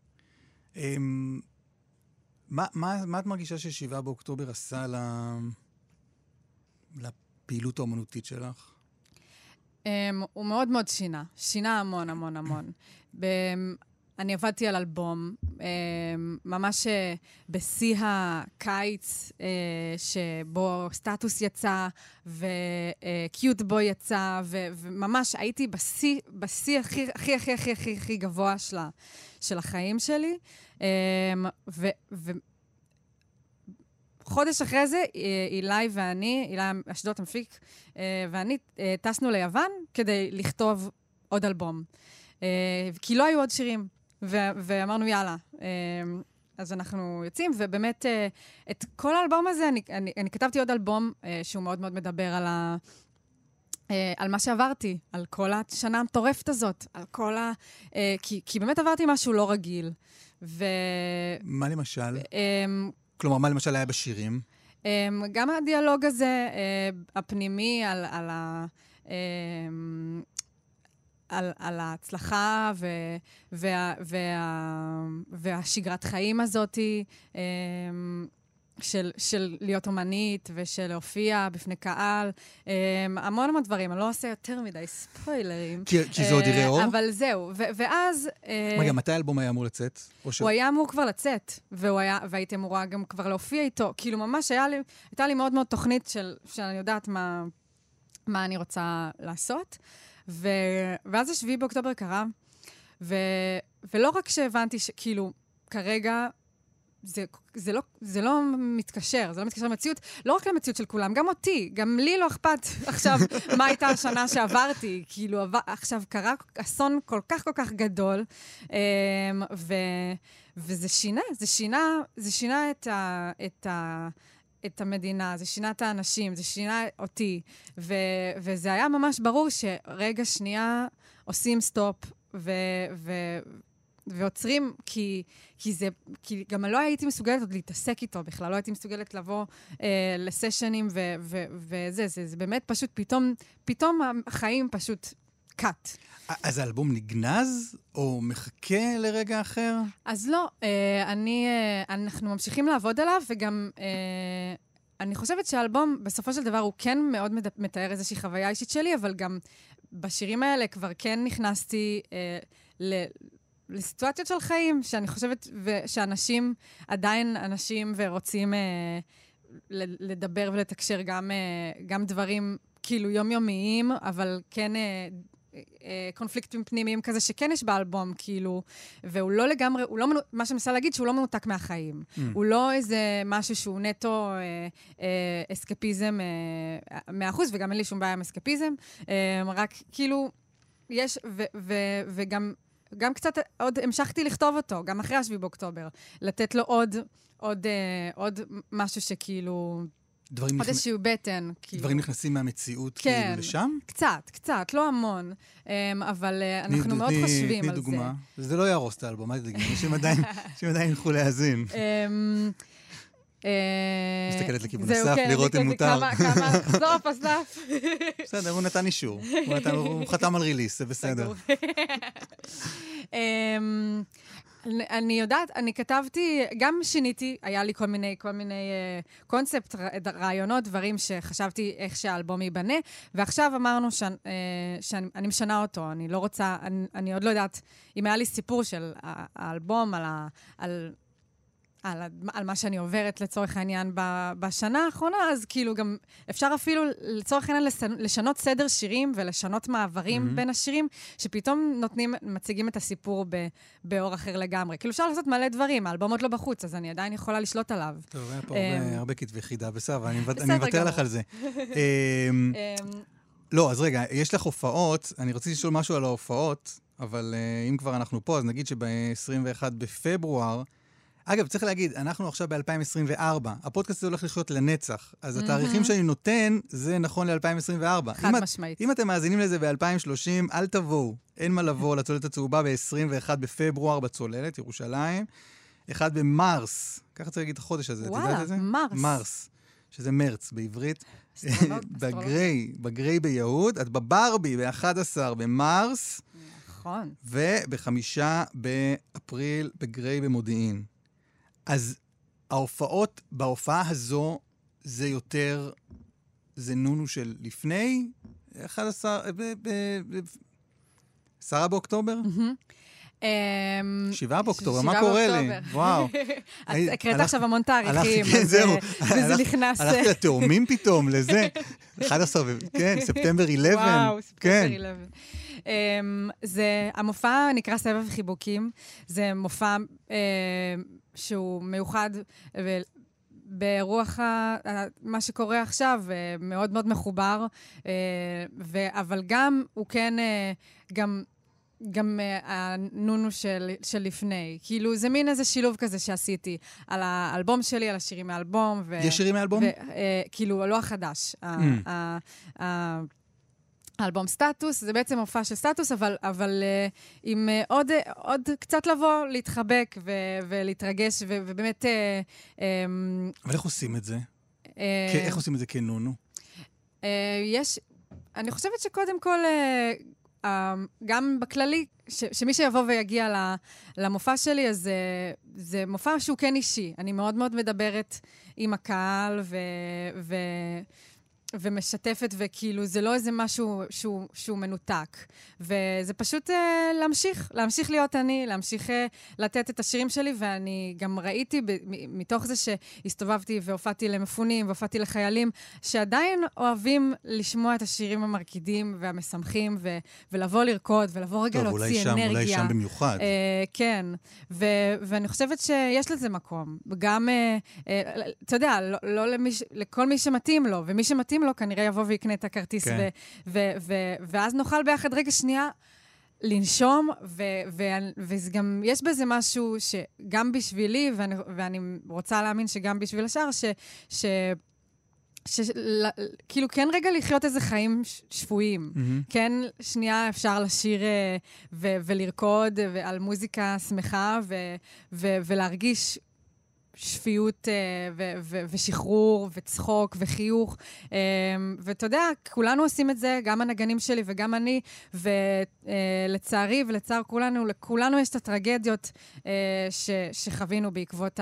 S2: מה את מרגישה ש7 באוקטובר עשה לפעילות האומנותית שלך?
S3: הוא מאוד מאוד שינה המון. אני עבדתי על אלבום, ממש בשיא הקיץ, שבו סטטוס יצא, וקיוט בו יצא, וממש הייתי בשיא הכי גבוה של החיים שלי. חודש אחרי זה, אילי אשדוד המפיק, ואני טסנו ליוון כדי לכתוב עוד אלבום. כי לא היו עוד שירים, ואמרנו יאללה. אז אנחנו יוצאים, ובאמת את כל האלבום הזה, אני כתבתי עוד אלבום שהוא מאוד מאוד מדבר על מה שעברתי, על כל השנה המטורפת הזאת, על כל כי באמת עברתי משהו לא רגיל.
S2: מה למשל? כלומר, מה למשל היה בשירים?
S3: גם הדיאלוג הזה, הפנימי, על ההצלחה והשגרת חיים הזאת, של להיות אומנית ושל להופיע בפני קהל. המון דברים, אני לא עושה יותר מדי ספוילרים.
S2: כי זה עוד יראה אור?
S3: אבל זהו, ואז...
S2: רגע, מתי האלבום היה אמור לצאת?
S3: הוא היה אמור כבר לצאת, והייתי אמורה גם כבר להופיע איתו. כאילו ממש הייתה לי מאוד מאוד תוכנית שאני יודעת מה אני רוצה לעשות. ואז 7 באוקטובר קרה, ולא רק שהבנתי שכאילו כרגע זה לא מתקשר, זה לא מתקשר למציאות, לא רק למציאות של כולם, גם אותי, גם לי לא אכפת עכשיו מה הייתה השנה שעברתי, כאילו עכשיו קרה אסון כל כך גדול, וזה שינה את המדינה, זה שינה את האנשים, זה שינה אותי, וזה היה ממש ברור שרגע שנייה עושים סטופ, ועוצרים, כי גם לא הייתי מסוגלת עוד להתעסק איתו בכלל, לא הייתי מסוגלת לבוא לסשנים, וזה, זה באמת פשוט, פתאום החיים פשוט קאט.
S2: אז האלבום נגנז, או מחכה לרגע אחר?
S3: אז לא, אנחנו ממשיכים לעבוד עליו, וגם אני חושבת שהאלבום, בסופו של דבר, הוא כן מאוד מתאר איזושהי חוויה אישית שלי, אבל גם בשירים האלה כבר כן נכנסתי לסיטואציות של חיים, שאני חושבת שאנשים, עדיין אנשים ורוצים לדבר ולתקשר גם דברים כאילו יומיומיים, אבל כן קונפליקטים פנימיים כזה שכן יש באלבום, כאילו, והוא לא לגמרי, מה שאני מנסה להגיד שהוא לא מנותק מהחיים. הוא לא איזה משהו שהוא נטו אסקפיזם 100%, וגם אין לי שום בעיה עם אסקפיזם, רק כאילו, יש, וגם קצת עוד המשכתי לכתוב אותו, גם אחרי 7 באוקטובר, לתת לו עוד משהו שכאילו... עוד איזשהו בטן.
S2: דברים נכנסים מהמציאות כאילו לשם?
S3: קצת, לא המון. אבל אנחנו מאוד חושבים על זה.
S2: תני דוגמה. זה לא יהרוס את האלבום, מה זה דוגמה? אנשים עדיין ילכו להאזין. מסתכלת לכיוון הסף, לראות אם מותר.
S3: כמה, אסף.
S2: בסדר, הוא נתן אישור. הוא חתם על ריליס, זה בסדר.
S3: אני יודעת, אני כתבתי, גם שיניתי, היה לי כל מיני קונספט, רעיונות, דברים שחשבתי איך שהאלבום ייבנה, ועכשיו אמרנו שאני משנה אותו, אני לא רוצה, אני עוד לא יודעת, אם היה לי סיפור של האלבום, על מה שאני עוברת לצורך העניין בשנה האחרונה, אז כאילו גם אפשר אפילו לצורך העניין לשנות סדר שירים ולשנות מעברים בין השירים, שפתאום מציגים את הסיפור באור אחר לגמרי. כאילו אפשר לעשות מלא דברים, האלבום עוד לא בחוץ, אז אני עדיין יכולה לשלוט עליו.
S2: טוב, היה פה הרבה כתבי חידה בסדר, אני מוותר לך על זה. לא, אז רגע, יש לך הופעות, אני רציתי לשאול משהו על ההופעות, אבל אם כבר אנחנו פה, אז נגיד שב-21 בפברואר, אגב, צריך להגיד, אנחנו עכשיו ב-2024, הפודקאסט הזה הולך לחיות לנצח, אז התאריכים שאני נותן, זה נכון ל-2024.
S3: חד משמעית.
S2: אם אתם מאזינים לזה ב-2030, אל תבואו. אין מה לבוא לצוללת הצהובה ב-21 בפברואר בצוללת, ירושלים. 1 במרס, ככה צריך להגיד את החודש הזה, את יודעת את זה?
S3: מרס.
S2: מרס, שזה מרץ בעברית. בגרי ביהוד, את בברבי ב-11 במרס.
S3: נכון.
S2: וב-5 באפריל בגרי במודיעין. אז ההופעות, בהופעה הזו, זה יותר, זה נונו של לפני 11, 10 באוקטובר? 7 באוקטובר, מה קורה לי? וואו.
S3: הקראת עכשיו המון תאריכים, וזה נכנס...
S2: הלכתי לתאומים פתאום, לזה. 11, כן, ספטמבר 11.
S3: וואו, ספטמבר 11. המופע נקרא סבב חיבוקים. זה מופע שהוא מיוחד ברוח מה שקורה עכשיו, מאוד מאוד מחובר, אבל גם הוא כן גם הנונו של לפני. כאילו, זה מין איזה שילוב כזה שעשיתי על האלבום שלי, על השירים מהאלבום.
S2: יש שירים מהאלבום?
S3: כאילו, לא החדש. האלבום סטטוס, זה בעצם הופעה של סטטוס, אבל עם עוד קצת לבוא, להתחבק ולהתרגש, ובאמת...
S2: אבל איך עושים את זה? איך עושים את זה כנונו?
S3: אני חושבת שקודם כל... גם בכללי, שמי שיבוא ויגיע למופע שלי, אז זה מופע שהוא כן אישי. אני מאוד מאוד מדברת עם הקהל ומשתפת, וכאילו זה לא איזה משהו שהוא מנותק. וזה פשוט להמשיך להיות אני, להמשיך לתת את השירים שלי, ואני גם ראיתי מתוך זה שהסתובבתי והופעתי למפונים והופעתי לחיילים, שעדיין אוהבים לשמוע את השירים המרקידים והמשמחים, ולבוא לרקוד, ולבוא רגע להוציא אנרגיה.
S2: אולי שם במיוחד.
S3: כן, ואני חושבת שיש לזה מקום. וגם, אתה יודע, לא לכל מי שמתאים לו, ומי שמתאים לו כנראה יבוא ויקנה את הכרטיס, ואז נוכל ביחד רגע שנייה לנשום, וגם יש בזה משהו שגם בשבילי, ואני רוצה להאמין שגם בשביל השאר, כאילו כן רגע לחיות איזה חיים שפויים. כן, שנייה אפשר לשיר ולרקוד על מוזיקה שמחה, ולהרגיש שפיות ושחרור וצחוק וחיוך. ואתה יודע, כולנו עושים את זה, גם הנגנים שלי וגם אני, ולצערי ולצער לכולנו יש את הטרגדיות שחווינו בעקבות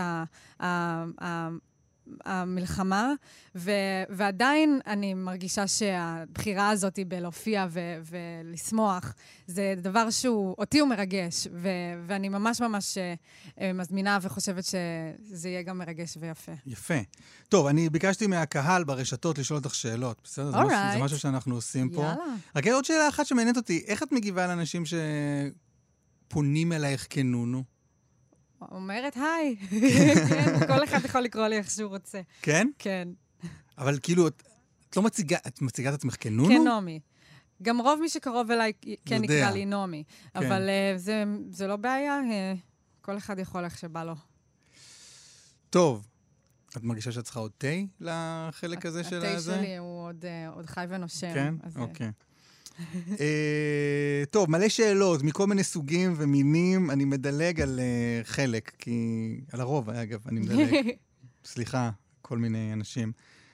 S3: המלחמה, ועדיין אני מרגישה שהבחירה הזאת היא בלהופיע ולשמוח, זה דבר שהוא, אותי הוא מרגש, ואני ממש ממש מזמינה וחושבת שזה יהיה גם מרגש ויפה.
S2: יפה. טוב, אני ביקשתי מהקהל ברשתות לשאול אותך שאלות, בסדר? זה משהו שאנחנו עושים פה. יאללה. רק עוד שאלה אחת שמעניינת אותי, איך את מגיבה לאנשים שפונים אלייך כנונו?
S3: אומרת, היי. כן, כל אחד יכול לקרוא לי איך שהוא רוצה. כן? כן.
S2: אבל כאילו, את לא מציגה, את מציגה את עצמך כנונו?
S3: כן, נעמי. גם רוב מי שקרוב אליי כן יקרא לי נעמי. אבל זה לא בעיה, כל אחד יכול איך שבא לו.
S2: טוב. את מרגישה שאת צריכה עוד תה לחלק הזה של הזה?
S3: התה שלי הוא עוד חי ונושם.
S2: כן? אוקיי. טוב, מלא שאלות, מכל מיני סוגים ומינים, אני מדלג על חלק, כי על הרוב, אגב, אני מדלג. סליחה, כל מיני אנשים.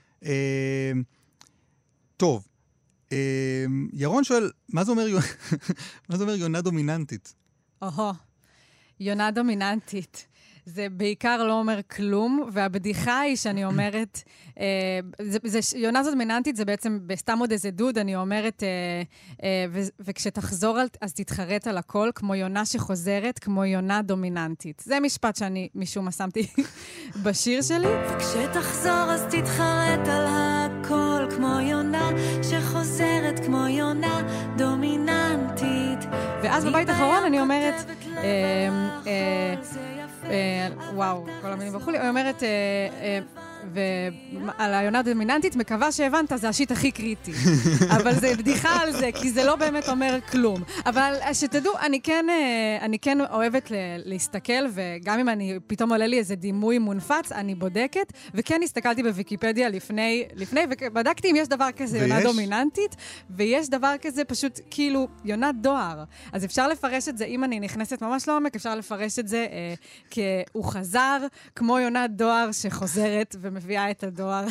S2: טוב, ירון שואל, מה זה אומר יונה דומיננטית?
S3: יונה דומיננטית. זה בעיקר לא אומר כלום, והבדיחה היא שאני אומרת, יונה זאת דומיננטית, זה בעצם בסתם עוד איזה דוד, אני אומרת, וכשתחזור אז תתחרט על הכל, כמו יונה שחוזרת, כמו יונה דומיננטית. זה משפט שאני משום מה שמתי בשיר שלי.
S4: וכשתחזור אז תתחרט על הכל, כמו יונה שחוזרת, כמו יונה דומיננטית.
S3: ואז בבית האחרון אני אומרת, וואו, כל המילים ברחו לי, אני אומרת, ועל היונה דומיננטית, מקווה שהבנת, זה השיט הכי קריטי. אבל זה בדיחה על זה, כי זה לא באמת אומר כלום. אבל שתדעו, אני כן אוהבת להסתכל, וגם אם פתאום עולה לי איזה דימוי מונפץ, אני בודקת, וכן הסתכלתי בוויקיפדיה לפני, ובדקתי אם יש דבר כזה יונה דומיננטית, ויש דבר כזה פשוט כאילו יונת דואר. אז אפשר לפרש את זה, אם אני נכנסת ממש לעומק, אפשר לפרש את זה הוא חזר, כמו יונת דואר שחוזרת ומביאה את הדואר.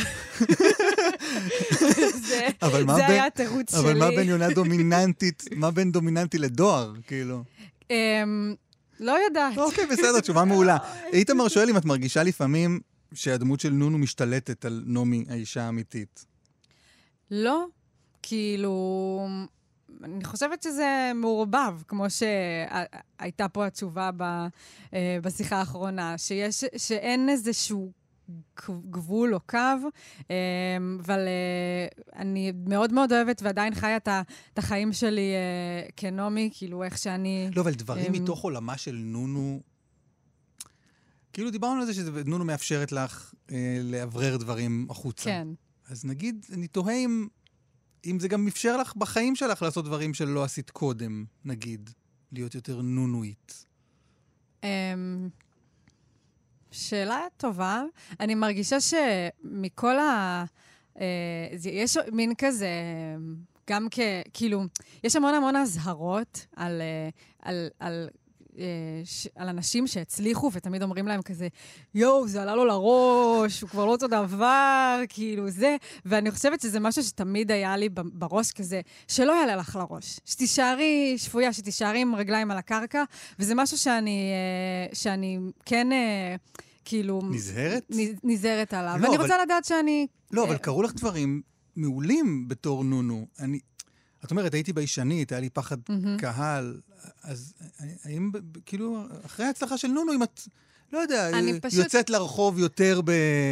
S3: זה היה התירוץ שלי.
S2: אבל מה בין יונה דומיננטית, מה בין דומיננטי לדואר, כאילו?
S3: לא יודעת.
S2: אוקיי, בסדר, תשובה מעולה. איתמר שואל אם את מרגישה לפעמים שהדמות של נונו משתלטת על נומי, האישה האמיתית.
S3: לא, כאילו... אני חושבת שזה מעורבב, כמו שהייתה פה התשובה בשיחה האחרונה, שאין איזשהו גבול או קו, אבל אני מאוד מאוד אוהבת ועדיין חיה את החיים שלי כנומי, כאילו איך שאני...
S2: לא, אבל דברים מתוך עולמה של נונו, כאילו דיברנו על זה שנונו מאפשרת לך לעברר דברים החוצה.
S3: כן.
S2: אז נגיד, אני תוהה אם זה גם אפשר לך בחיים שלך לעשות דברים שלא עשית קודם, נגיד, להיות יותר נונואית.
S3: שאלה טובה. אני מרגישה שמכל יש מין כזה, גם כאילו, יש המון הזהרות על אנשים שהצליחו, ותמיד אומרים להם כזה, יואו, זה עלה לו לראש, הוא כבר לא אותו דבר, כאילו זה, ואני חושבת שזה משהו שתמיד היה לי בראש כזה, שלא יעלה לך לראש, שתישארי שפויה, שתישארי עם רגליים על הקרקע, וזה משהו שאני כן, כאילו...
S2: נזהרת?
S3: נזהרת עליו,
S2: לא,
S3: ואני רוצה לדעת שאני...
S2: לא, אבל קראו לך דברים מעולים בתור נונו. את אומרת, הייתי בישנית, היה לי פחד קהל, אז האם, כאילו, אחרי ההצלחה של נונו, אם את, לא יודע, יוצאת לרחוב יותר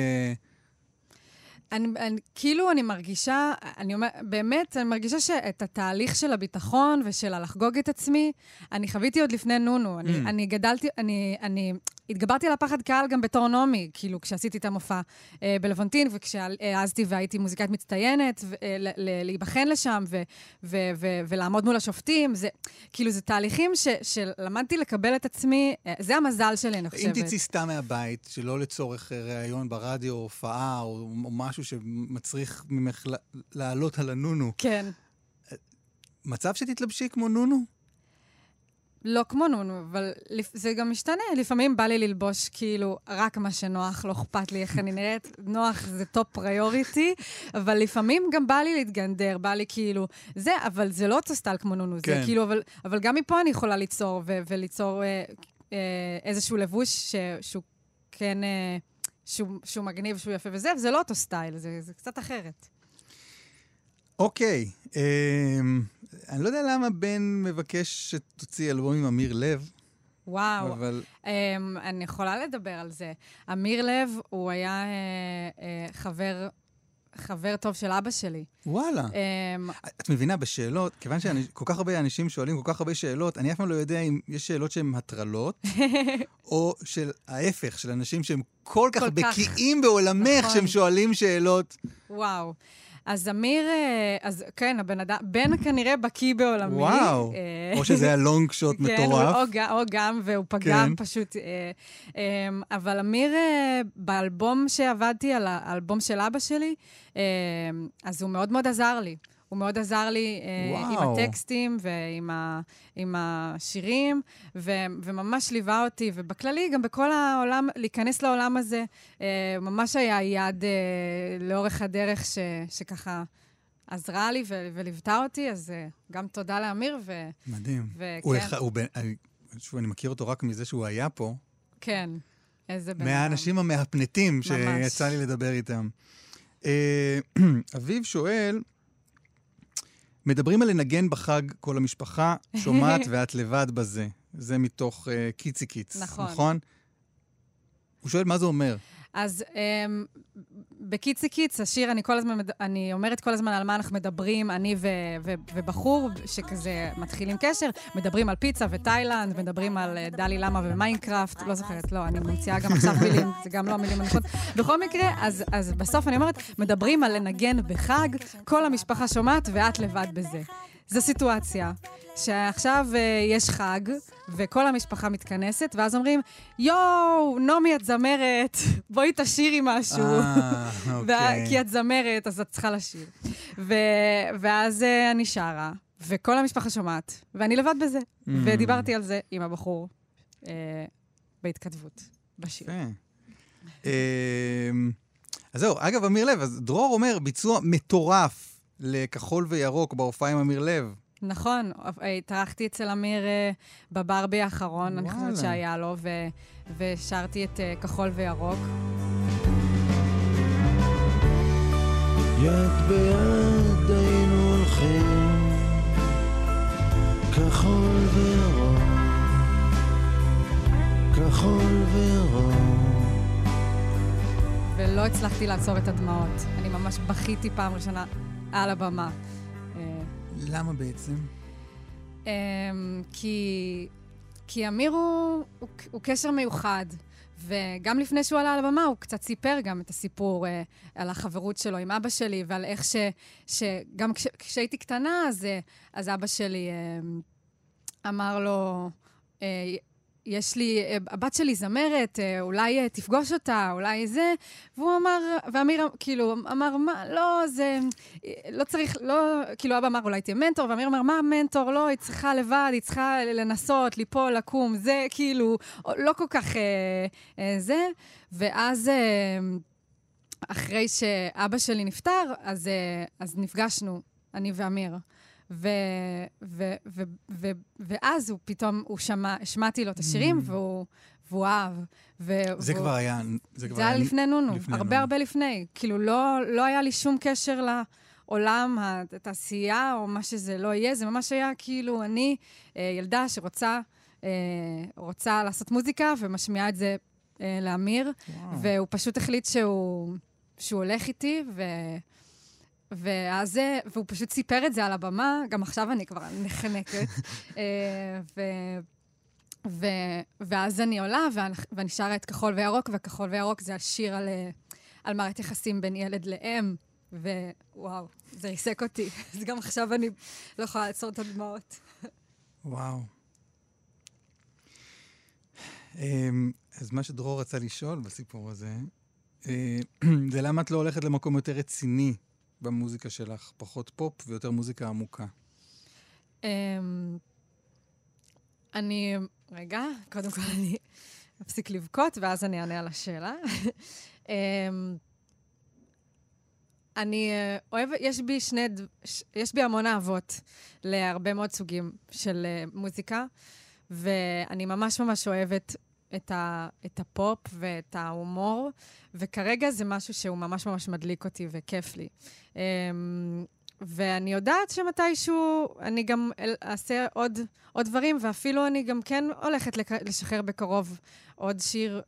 S3: כאילו אני מרגישה, באמת, אני מרגישה שאת התהליך של הביטחון ושל לחגוג את עצמי, אני חוויתי עוד לפני נונו. אני גדלתי, אני התגברתי על הפחד קהל גם בתור נומי, כאילו כשעשיתי את המופע בלוונטין, וכשהעזתי והייתי מוזיקאית מצטיינת, להיבחן לשם ולעמוד מול השופטים, כאילו זה תהליכים שלמדתי לקבל את עצמי, זה המזל שלי, אני חושבת.
S2: אם תצאי סתם מהבית, שלא לצורך ראיון ברדיו, או הופעה, או משהו שמצריך ממך לעלות על הנונו.
S3: כן.
S2: מצב שתתלבשי כמו נונו?
S3: לא כמו נונו, אבל זה גם משתנה. לפעמים בא לי ללבוש כאילו רק מה שנוח, לא אכפת לי איך אני נראית. נוח זה טופ פריוריטי, אבל לפעמים גם בא לי להתגנדר, בא לי כאילו, זה, אבל זה לא אותו סטייל כמו נונו.
S2: כן.
S3: זה כאילו, אבל גם מפה אני יכולה ליצור, וליצור איזשהו לבוש שהוא כן, שהוא מגניב, שהוא יפה וזה, וזה לא אותו סטייל, זה קצת אחרת.
S2: אוקיי. אני לא יודע למה בן מבקש שתוציא אלבום עם אמיר לב.
S3: וואו.
S2: אבל...
S3: אני יכולה לדבר על זה. אמיר לב, הוא היה חבר טוב של אבא שלי.
S2: וואלה. את מבינה, בשאלות, כיוון שכל כך הרבה אנשים שואלים כל כך הרבה שאלות, אני אף פעם לא יודע אם יש שאלות שהן הטרלות, או של ההפך, של אנשים שהם כל כך בקיאים בעולמך, שהם שואלים שאלות.
S3: וואו. אז אמיר, אז כן, בן כנראה בקיא בעולמי.
S2: וואו, או שזה היה לונג שוט מטורף.
S3: כן, או גם, והוא פגם פשוט. אבל אמיר, באלבום שעבדתי, על האלבום של אבא שלי, אז הוא מאוד מאוד עזר לי. הוא מאוד עזר לי עם הטקסטים ועם השירים, וממש ליווה אותי, ובכללי גם בכל העולם, להיכנס לעולם הזה, ממש היה יד לאורך הדרך שככה עזרה לי וליוותה אותי, אז גם תודה לאמיר.
S2: מדהים. אני מכיר אותו רק מזה שהוא היה פה.
S3: כן, איזה בן.
S2: מהאנשים המהפנטים שיצא לי לדבר איתם. אביב שואל, מדברים על לנגן בחג כל המשפחה, שומעת ואת לבד בזה. זה מתוך קיצי קיץ, נכון? הוא שואל מה זה אומר.
S3: אז בקיצי קיץ, השיר, אני אומרת כל הזמן על מה אנחנו מדברים, אני ובחור, שכזה מתחילים קשר, מדברים על פיצה ותאילנד, מדברים על דלי למה ומיינקראפט, לא זוכרת, לא, אני ממציאה גם עכשיו מילים, זה גם לא המילים הנכונות. בכל מקרה, אז בסוף אני אומרת, מדברים על לנגן בחג, כל המשפחה שומעת ואת לבד בזה. זו סיטואציה שעכשיו יש חג, וכל המשפחה מתכנסת, ואז אומרים, יואו, נומי, את זמרת, בואי תשירי משהו. כי את זמרת, אז את צריכה לשיר. ואז אני שרה, וכל המשפחה שומעת, ואני לבד בזה. ודיברתי על זה עם הבחור בהתכתבות, בשיר.
S2: אז זהו, אגב, אמיר לב, אז דרור אומר, ביצוע מטורף לכחול וירוק בהופעה עם אמיר לב.
S3: נכון, התארחתי אצל אמיר בברבי האחרון, אני חושבת שהיה לו, ושרתי את כחול וירוק.
S5: יד ביד היינו הולכים, כחול וירוק, כחול וירוק.
S3: ולא הצלחתי לעצור את הדמעות. אני ממש בכיתי פעם ראשונה על הבמה.
S2: למה בעצם?
S3: כי אמיר הוא קשר מיוחד, וגם לפני שהוא עלה על הבמה, הוא קצת סיפר גם את הסיפור על החברות שלו עם אבא שלי, ועל איך שגם כשהייתי קטנה, אז אבא שלי אמר לו, הבת שלי זמרת, אולי תפגוש אותה, אולי זה, והוא אמר, ואמיר כאילו אמר, מה, לא, זה, לא צריך, לא, כאילו אבא אמר, אולי תהיה מנטור, ואמיר אמר, מה המנטור? לא, היא צריכה לבד, היא צריכה לנסות, ליפול, לקום, זה כאילו, לא כל כך זה, ואז אחרי שאבא שלי נפטר, אז נפגשנו, אני ואמיר. ואז הוא פתאום, השמעתי לו את השירים, והוא אהב.
S2: זה כבר היה...
S3: זה היה לפני נונו, הרבה לפני. כאילו, לא היה לי שום קשר לעולם, התעשייה, או מה שזה לא יהיה, זה ממש היה כאילו, אני ילדה שרוצה לעשות מוזיקה, ומשמיעה את זה לאמיר, והוא פשוט החליט שהוא הולך איתי, והוא פשוט סיפר את זה על הבמה, גם עכשיו אני כבר נחנקת. ואז אני עולה, ואני שרה את כחול וירוק, וכחול וירוק זה השיר על מערכת יחסים בין ילד לאם, ווואו, זה ריסק אותי. אז גם עכשיו אני לא יכולה לעצור את הדמעות.
S2: וואו. אז מה שדרור רצה לשאול בסיפור הזה, זה למה את לא הולכת למקום יותר רציני, במוזיקה שלך, פחות פופ ויותר מוזיקה עמוקה.
S3: קודם כל אני אפסיק לבכות, ואז אני אענה על השאלה. אני אוהבת, יש בי המון אהבות להרבה מאוד סוגים של מוזיקה, ואני ממש ממש אוהבת את הפופ ואת ההומור, וכרגע זה משהו שהוא ממש ממש מדליק אותי וכיף לי. ואני יודעת שמתישהו אני גם אעשה עוד דברים, ואפילו אני גם כן הולכת לשחרר בקרוב עוד שיר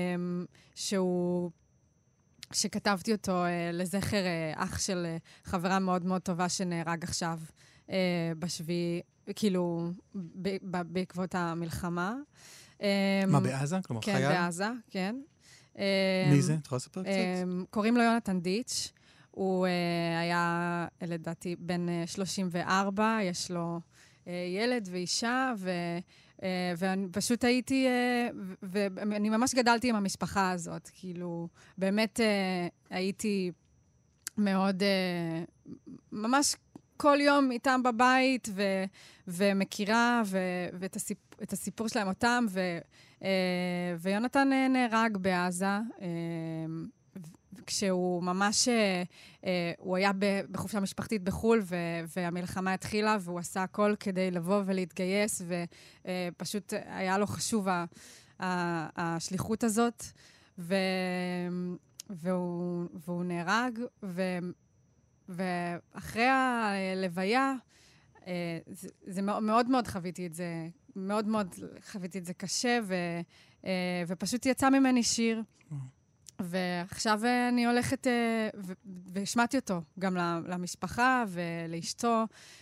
S3: שכתבתי אותו לזכר אח של חברה מאוד מאוד טובה שנהרג עכשיו בשביעי, כאילו בעקבות המלחמה.
S2: מה, בעזה? כלומר,
S3: כן,
S2: חייל?
S3: כן, בעזה, כן.
S2: מי זה? את יכולה לספר קצת?
S3: קוראים לו יונתן דיץ'. הוא היה, לדעתי, בן 34, יש לו ילד ואישה, ופשוט הייתי, ואני ממש גדלתי עם המשפחה הזאת. כאילו, באמת הייתי מאוד, ממש כל יום איתם בבית, ומכירה, ואת הסיפור שלהם אותם, ויונתן נהרג בעזה, כשהוא ממש, הוא היה בחופשה משפחתית בחול, והמלחמה התחילה, והוא עשה הכל כדי לבוא ולהתגייס, ופשוט היה לו חשוב השליחות הזאת, והוא נהרג, ואחרי הלוויה, זה מאוד מאוד חוויתי את זה, מאוד מאוד חוויתי את זה קשה, ופשוט יצא ממני שיר, ועכשיו אני הולכת, והשמעתי אותו גם למשפחה ולאשתו,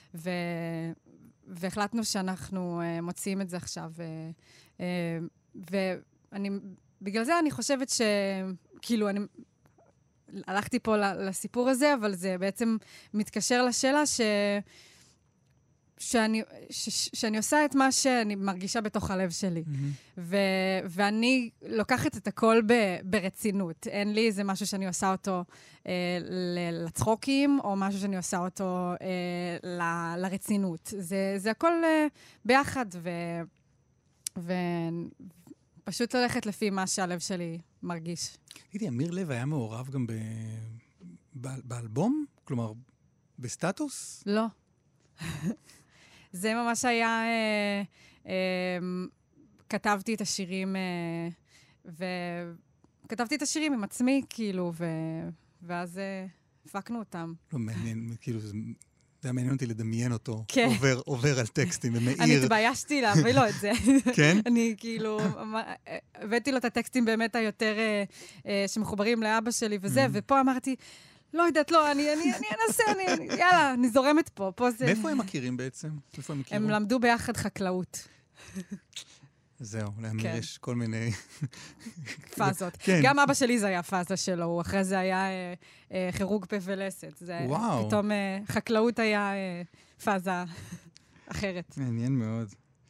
S3: והחלטנו שאנחנו מוציאים את זה עכשיו. בגלל זה אני חושבת שכאילו אני הלכתי פה לסיפור הזה, אבל זה בעצם מתקשר לשאלה שאני עושה את מה שאני מרגישה בתוך הלב שלי. ואני לוקחת את הכל ברצינות. אין לי איזה משהו שאני עושה אותו לצחוקים, או משהו שאני עושה אותו לרצינות. זה הכל ביחד, ופשוט ללכת לפי מה שהלב שלי מרגיש.
S2: תגידי, אמיר לב היה מעורב גם באלבום? כלומר, בסטטוס?
S3: לא. זה ממש היה, כתבתי את השירים, וכתבתי את השירים עם עצמי, כאילו, ואז הפקנו אותם.
S2: לא מעניין, כאילו, זה היה מעניין אותי לדמיין אותו,
S3: כן.
S2: עובר על טקסטים ומאיר.
S3: אני התביישתי להביא לו את זה.
S2: כן?
S3: אני כאילו, הבאתי לו את הטקסטים באמת היותר שמחוברים לאבא שלי וזה, ופה אמרתי, לא יודעת, לא, אני אנסה, יאללה, אני זורמת פה.
S2: מאיפה הם מכירים בעצם? איפה הם מכירים?
S3: הם למדו ביחד חקלאות.
S2: זהו, לאמיר יש כל מיני
S3: פאזות.
S2: כן.
S3: גם אבא שלי זה היה פאזה שלו, אחרי זה היה חירוג פה ולסת.
S2: וואו.
S3: פתאום חקלאות היה פאזה אחרת.
S2: מעניין מאוד.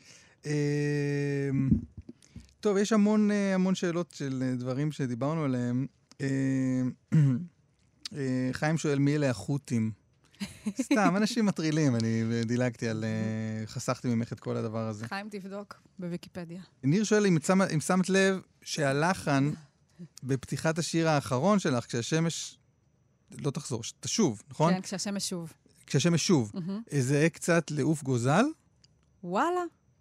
S2: טוב, יש המון שאלות של דברים שדיברנו עליהם. חיים שואל מי אלה החות'ים. סתם, אנשים מטרילים, אני דילגתי על... חסכתי ממך את כל הדבר הזה.
S3: חיים תבדוק בוויקיפדיה.
S2: ניר שואל אם שמת לב שהלחן בפתיחת השיר האחרון שלך, כשהשמש לא תחזור, תשוב, נכון?
S3: כן, כשהשמש שוב.
S2: כשהשמש שוב. איזה קצת לעוף גוזל?
S3: וואלה.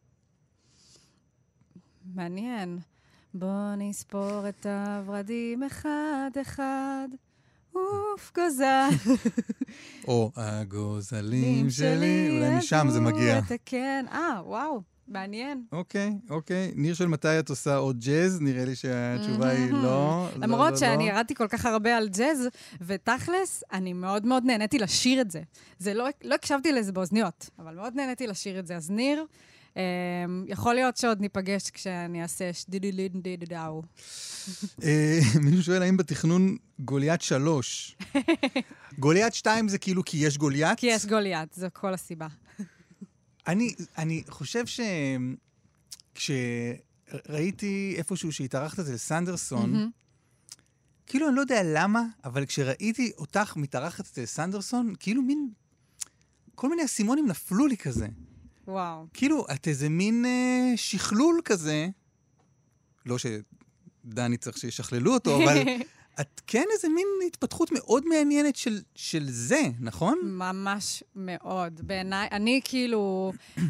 S3: מעניין. בוא נספור את הורדים אחד אחד. אוף, גוזל.
S2: או הגוזלים שלי, אולי משם זה מגיע.
S3: כן, וואו, מעניין.
S2: אוקיי. ניר של מתי את עושה עוד ג'אז? נראה לי שהתשובה היא לא.
S3: למרות שאני ירדתי כל כך הרבה על ג'אז, ותכלס, אני מאוד מאוד נהניתי לשיר את זה. זה לא הקשבתי לזה באוזניות, אבל מאוד נהניתי לשיר את זה. אז ניר, יכול להיות שעוד ניפגש כשאני אעשה שדידידידידאו.
S2: מישהו שואל, האם בתכנון גוליית 3? גוליית 2 זה כאילו כי יש גוליית?
S3: כי יש גוליית, זו כל הסיבה.
S2: אני חושב כשראיתי איפשהו שהתארחת אצל סנדרסון, כאילו אני לא יודע למה, אבל כשראיתי אותך מתארחת אצל סנדרסון, כאילו כל מיני אסימונים נפלו לי כזה.
S3: וואו.
S2: כאילו, את איזה מין שכלול כזה, לא שדני צריך שישכללו אותו, אבל את כן איזה מין התפתחות מאוד מעניינת של זה, נכון? ממש
S3: מאוד. בעיניי, אני כאילו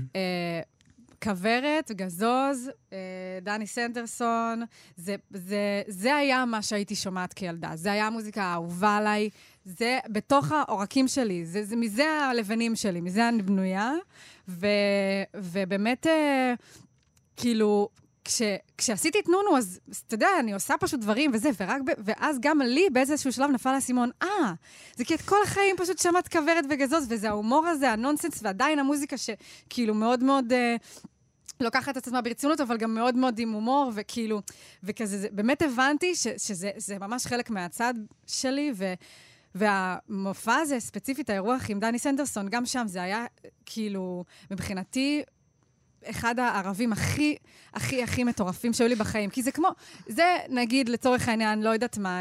S3: כברת, גזוז, דני סנדרסון, זה היה מה שהייתי שומעת כילדה. זה היה המוזיקה האהובה עליי, זה בתוך העורקים שלי, מזה הלבנים שלי, מזה אני בנויה, ובאמת, כאילו, כשעשיתי את נונו, אז אתה יודע, אני עושה פשוט דברים וזה, ואז גם לי באיזשהו שלב נפל האסימון, זה כי את כל החיים פשוט שמעת כברת וגזוז, וזה ההומור הזה, הנונסנס, ועדיין המוזיקה שכאילו מאוד מאוד לוקחת את עצמה ברצינות, אבל גם מאוד מאוד עם הומור, וכאילו, וכזה, באמת הבנתי שזה ממש חלק מהצד שלי, והמופע הזה, ספציפית, האירוח עם דני סנדרסון, גם שם זה היה, כאילו, מבחינתי, אחד הערבים הכי, הכי, הכי מטורפים שהיו לי בחיים. כי זה כמו, זה נגיד לצורך העניין, לא יודעת מה,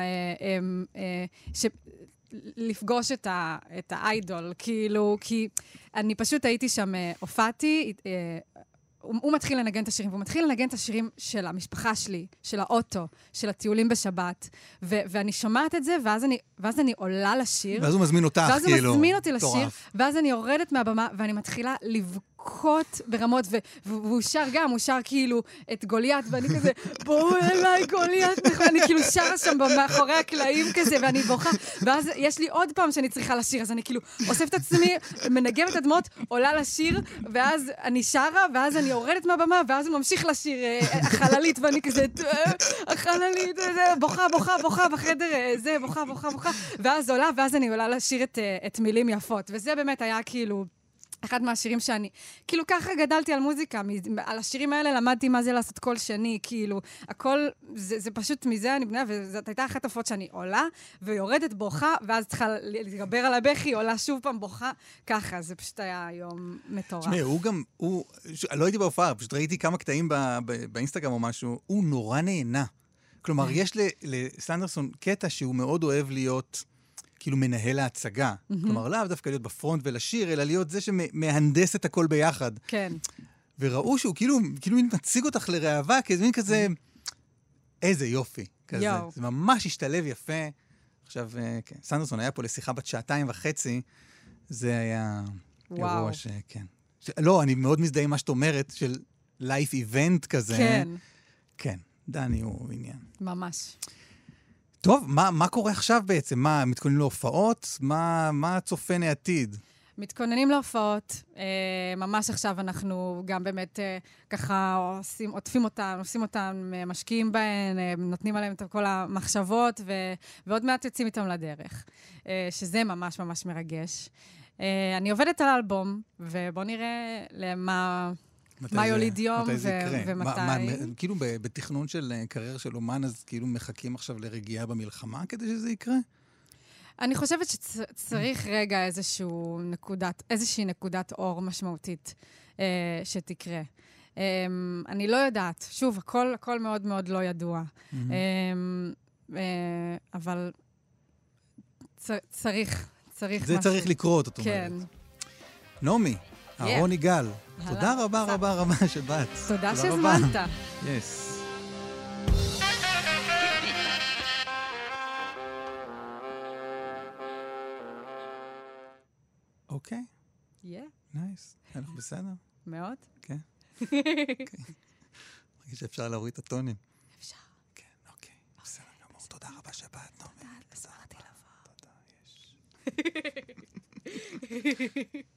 S3: לפגוש את האיידול, כאילו, כי אני פשוט הייתי שם, הופעתי, הוא מתחיל לנגן את השירים, והוא מתחיל לנגן את השירים של המשפחה שלי, של האוטו, של הטיולים בשבת, ואני שומעת את זה, ואז אני עולה לשיר.
S2: ואז הוא מזמין אותך, כאילו.
S3: ואז הוא מזמין אותי לשיר, ואז אני יורדת מהבמה, ואני מתחילה לבכות מכות ברמות, והוא שר גם, הוא שר כאילו את גוליית, ואני כזה, בואו אליי גוליית, אני כאילו שרה שם מאחורי הקלעים כזה, ואני בוכה, ואז יש לי עוד פעם שאני צריכה לשיר, אז אני כאילו אוספת את עצמי, מנגבת את הדמות, עולה לשיר, ואז אני שרה, ואז אני יורדת מהבמה, ואז הוא ממשיך לשיר החללית, ואני כזה, החללית, בוכה בחדר, בוכה, ואז עולה, ואז אני עולה לשיר את מילים יפות, וזה באמת היה כאילו אחד מהשירים שאני, כאילו ככה גדלתי על מוזיקה, על השירים האלה למדתי מה זה לעשות קול שני, כאילו, הכל, זה פשוט מזה אני בניה, וזאת הייתה אחת הפות שאני עולה, ויורדת בוכה, ואז צריכה להתגבר על הבכי, עולה שוב פעם בוכה, ככה, זה פשוט היה יום מטורף.
S2: תשמעי, הוא גם, לא הייתי בהופעה, פשוט ראיתי כמה קטעים באינסטגרם או משהו, הוא נורא נהנה. כלומר, יש לסנדרסון קטע שהוא מאוד אוהב להיות כאילו מנהל ההצגה. כלומר, לאו דווקא להיות בפרונט ולשיר, אלא להיות זה שמהנדס את הכל ביחד.
S3: כן.
S2: וראו שהוא כאילו מציג אותך לרעבה, כזה, כזה, איזה יופי. כזה. זה ממש השתלב יפה. עכשיו, כן, סנדרסון היה פה לשיחה בת 2.5 שעות, זה היה אירוע שכן. לא, אני מאוד מזדהה עם מה שאת אומרת, של לייף איבנט כזה.
S3: כן.
S2: כן, דני הוא עניין.
S3: ממש.
S2: טוב, מה קורה עכשיו בעצם? מה, מתכוננים להופעות? מה צופן העתיד?
S3: מתכוננים להופעות. ממש עכשיו אנחנו גם באמת ככה עוטפים אותם, עושים אותם, משקיעים בהן, נותנים עליהם את כל המחשבות, ועוד מעט יוצאים איתם לדרך. שזה ממש ממש מרגש. אני עובדת על האלבום, ובואו נראה מה יוליד יום ומתי.
S2: כאילו בתכנון של קריירה של אומן, אז כאילו מחכים עכשיו לרגיעה במלחמה כדי שזה יקרה?
S3: אני חושבת שצריך רגע איזושהי נקודת אור משמעותית שתקרה. אני לא יודעת. שוב, הכל מאוד מאוד לא ידוע. אבל צריך משהו.
S2: זה צריך לקרות, את אומרת.
S3: כן.
S2: נעמי. אהרון יגאל, תודה רבה שבאת.
S3: תודה שהזמנת.
S2: יס. אוקיי. נייס. היה לך בסדר?
S3: מאוד.
S2: כן. מרגיש שאפשר להוריד את הטונים.
S3: אפשר.
S2: כן, אוקיי. בסדר גמור. תודה רבה שבאת, נעמי.
S3: תודה, שמחתי לבוא.
S2: תודה, יש.